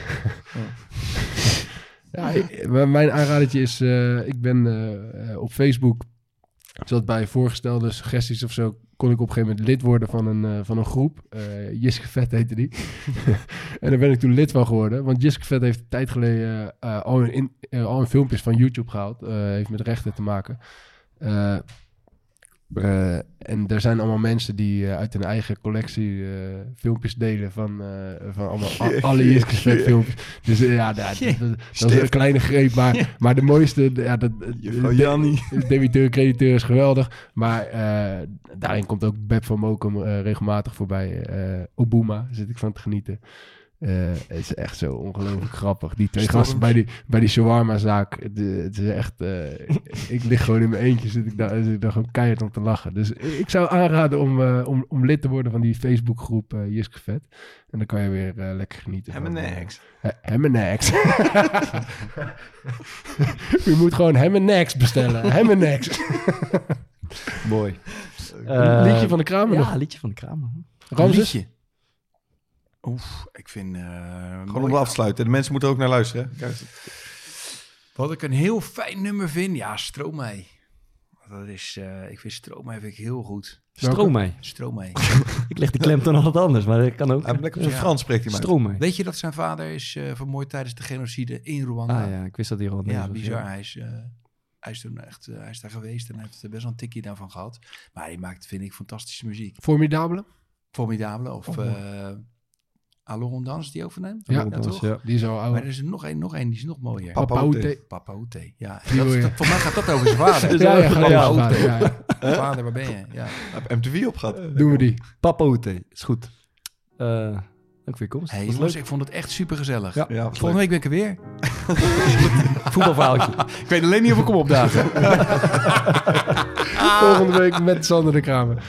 ja, ik, mijn aanradertje is, uh, ik ben uh, op Facebook, zoals bij voorgestelde suggesties of zo, kon ik op een gegeven moment lid worden van een, uh, van een groep. Uh, Jiske Vet heette die. En daar ben ik toen lid van geworden. Want Jiske Vet heeft een tijd geleden uh, al, een in, uh, al een filmpjes van YouTube gehaald. Uh, heeft met rechten te maken. Uh, uh, en er zijn allemaal mensen die uh, uit hun eigen collectie uh, filmpjes delen van, uh, van allemaal a- alle Jiske Vet filmpjes. Dus uh, ja, dat, dat, dat, dat is een kleine greep. Maar, maar de mooiste, ja, dat, de, de debiteur-crediteur is geweldig. Maar uh, daarin komt ook Beb van Mokum uh, regelmatig voorbij. Uh, Obuma zit ik van te genieten. Uh, het is echt zo ongelooflijk grappig. Die twee gasten bij die, bij die shawarma-zaak. Het, het is echt... Uh, ik lig gewoon in mijn eentje. Zit ik daar, zit ik daar gewoon keihard om te lachen. Dus ik zou aanraden om, uh, om, om lid te worden van die Facebookgroep uh, Jiske Vet. En dan kan je weer uh, lekker genieten. Hem en Nex. Hem en Nex. Je moet gewoon Hem en Nex bestellen. Hem en Nex. Mooi. Uh, liedje van de Kramer Ja, nog. liedje van de Kramer. Ramses? Oef, ik vind... Uh, Gewoon om te afsluiten. De mensen moeten er ook naar luisteren. Hè? Kijk. Wat ik een heel fijn nummer vind, ja, Stromae. Dat is, uh, ik vind Stromae vind ik heel goed. Stromae? Stromae. Ik leg die klemtoon al wat anders, maar dat kan ook. Hij lekker op zijn ja. Frans spreekt hij maar. Stromae. Weet je dat zijn vader is uh, vermoord tijdens de genocide in Rwanda? Ah ja, ik wist dat hij Rwanda Ja, was, bizar. Ja. Hij is, uh, hij is toen echt, uh, hij is daar geweest en hij heeft er best wel een tikkie daarvan gehad. Maar hij maakt, vind ik, fantastische muziek. Formidabele? Formidabele of... Oh, uh, Allons Dans, die overneemt? Ja, ja, dat toch? Ja. Die is al oud. Maar er is er nog één, nog één, die is nog mooier. Papa Oete. Papa Oete, ja. Die Dat, dat, voor mij gaat dat over zijn vader. ja, ja, Papa ja, Oete. ja, ja. Huh? Vader, waar ben je? Ja. Heb M T V op gehad. Doen we die. Papa Oete, is goed. Uh, dank voor je komst. Hey, jongens, ik vond het echt super gezellig. Ja, ja, volgende week ben ik er weer. Voetbalverhaaltje. Ik weet alleen niet of ik kom opdagen. Volgende week met Sander de Kramer.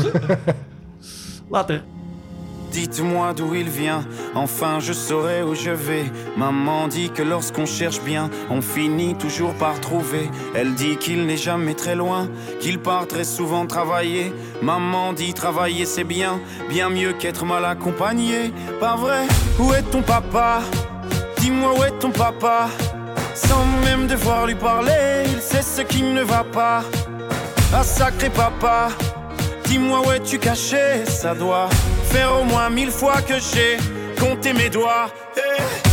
Later. Dites-moi d'où il vient, enfin je saurai où je vais. Maman dit que lorsqu'on cherche bien, on finit toujours par trouver. Elle dit qu'il n'est jamais très loin, qu'il part très souvent travailler. Maman dit travailler c'est bien, bien mieux qu'être mal accompagné. Pas vrai? Où est ton papa? Dis-moi où est ton papa? Sans même devoir lui parler, il sait ce qui ne va pas. Ah sacré papa, dis-moi où es-tu caché? Ça doit faire au moins mille fois que j'ai compté mes doigts. Hey.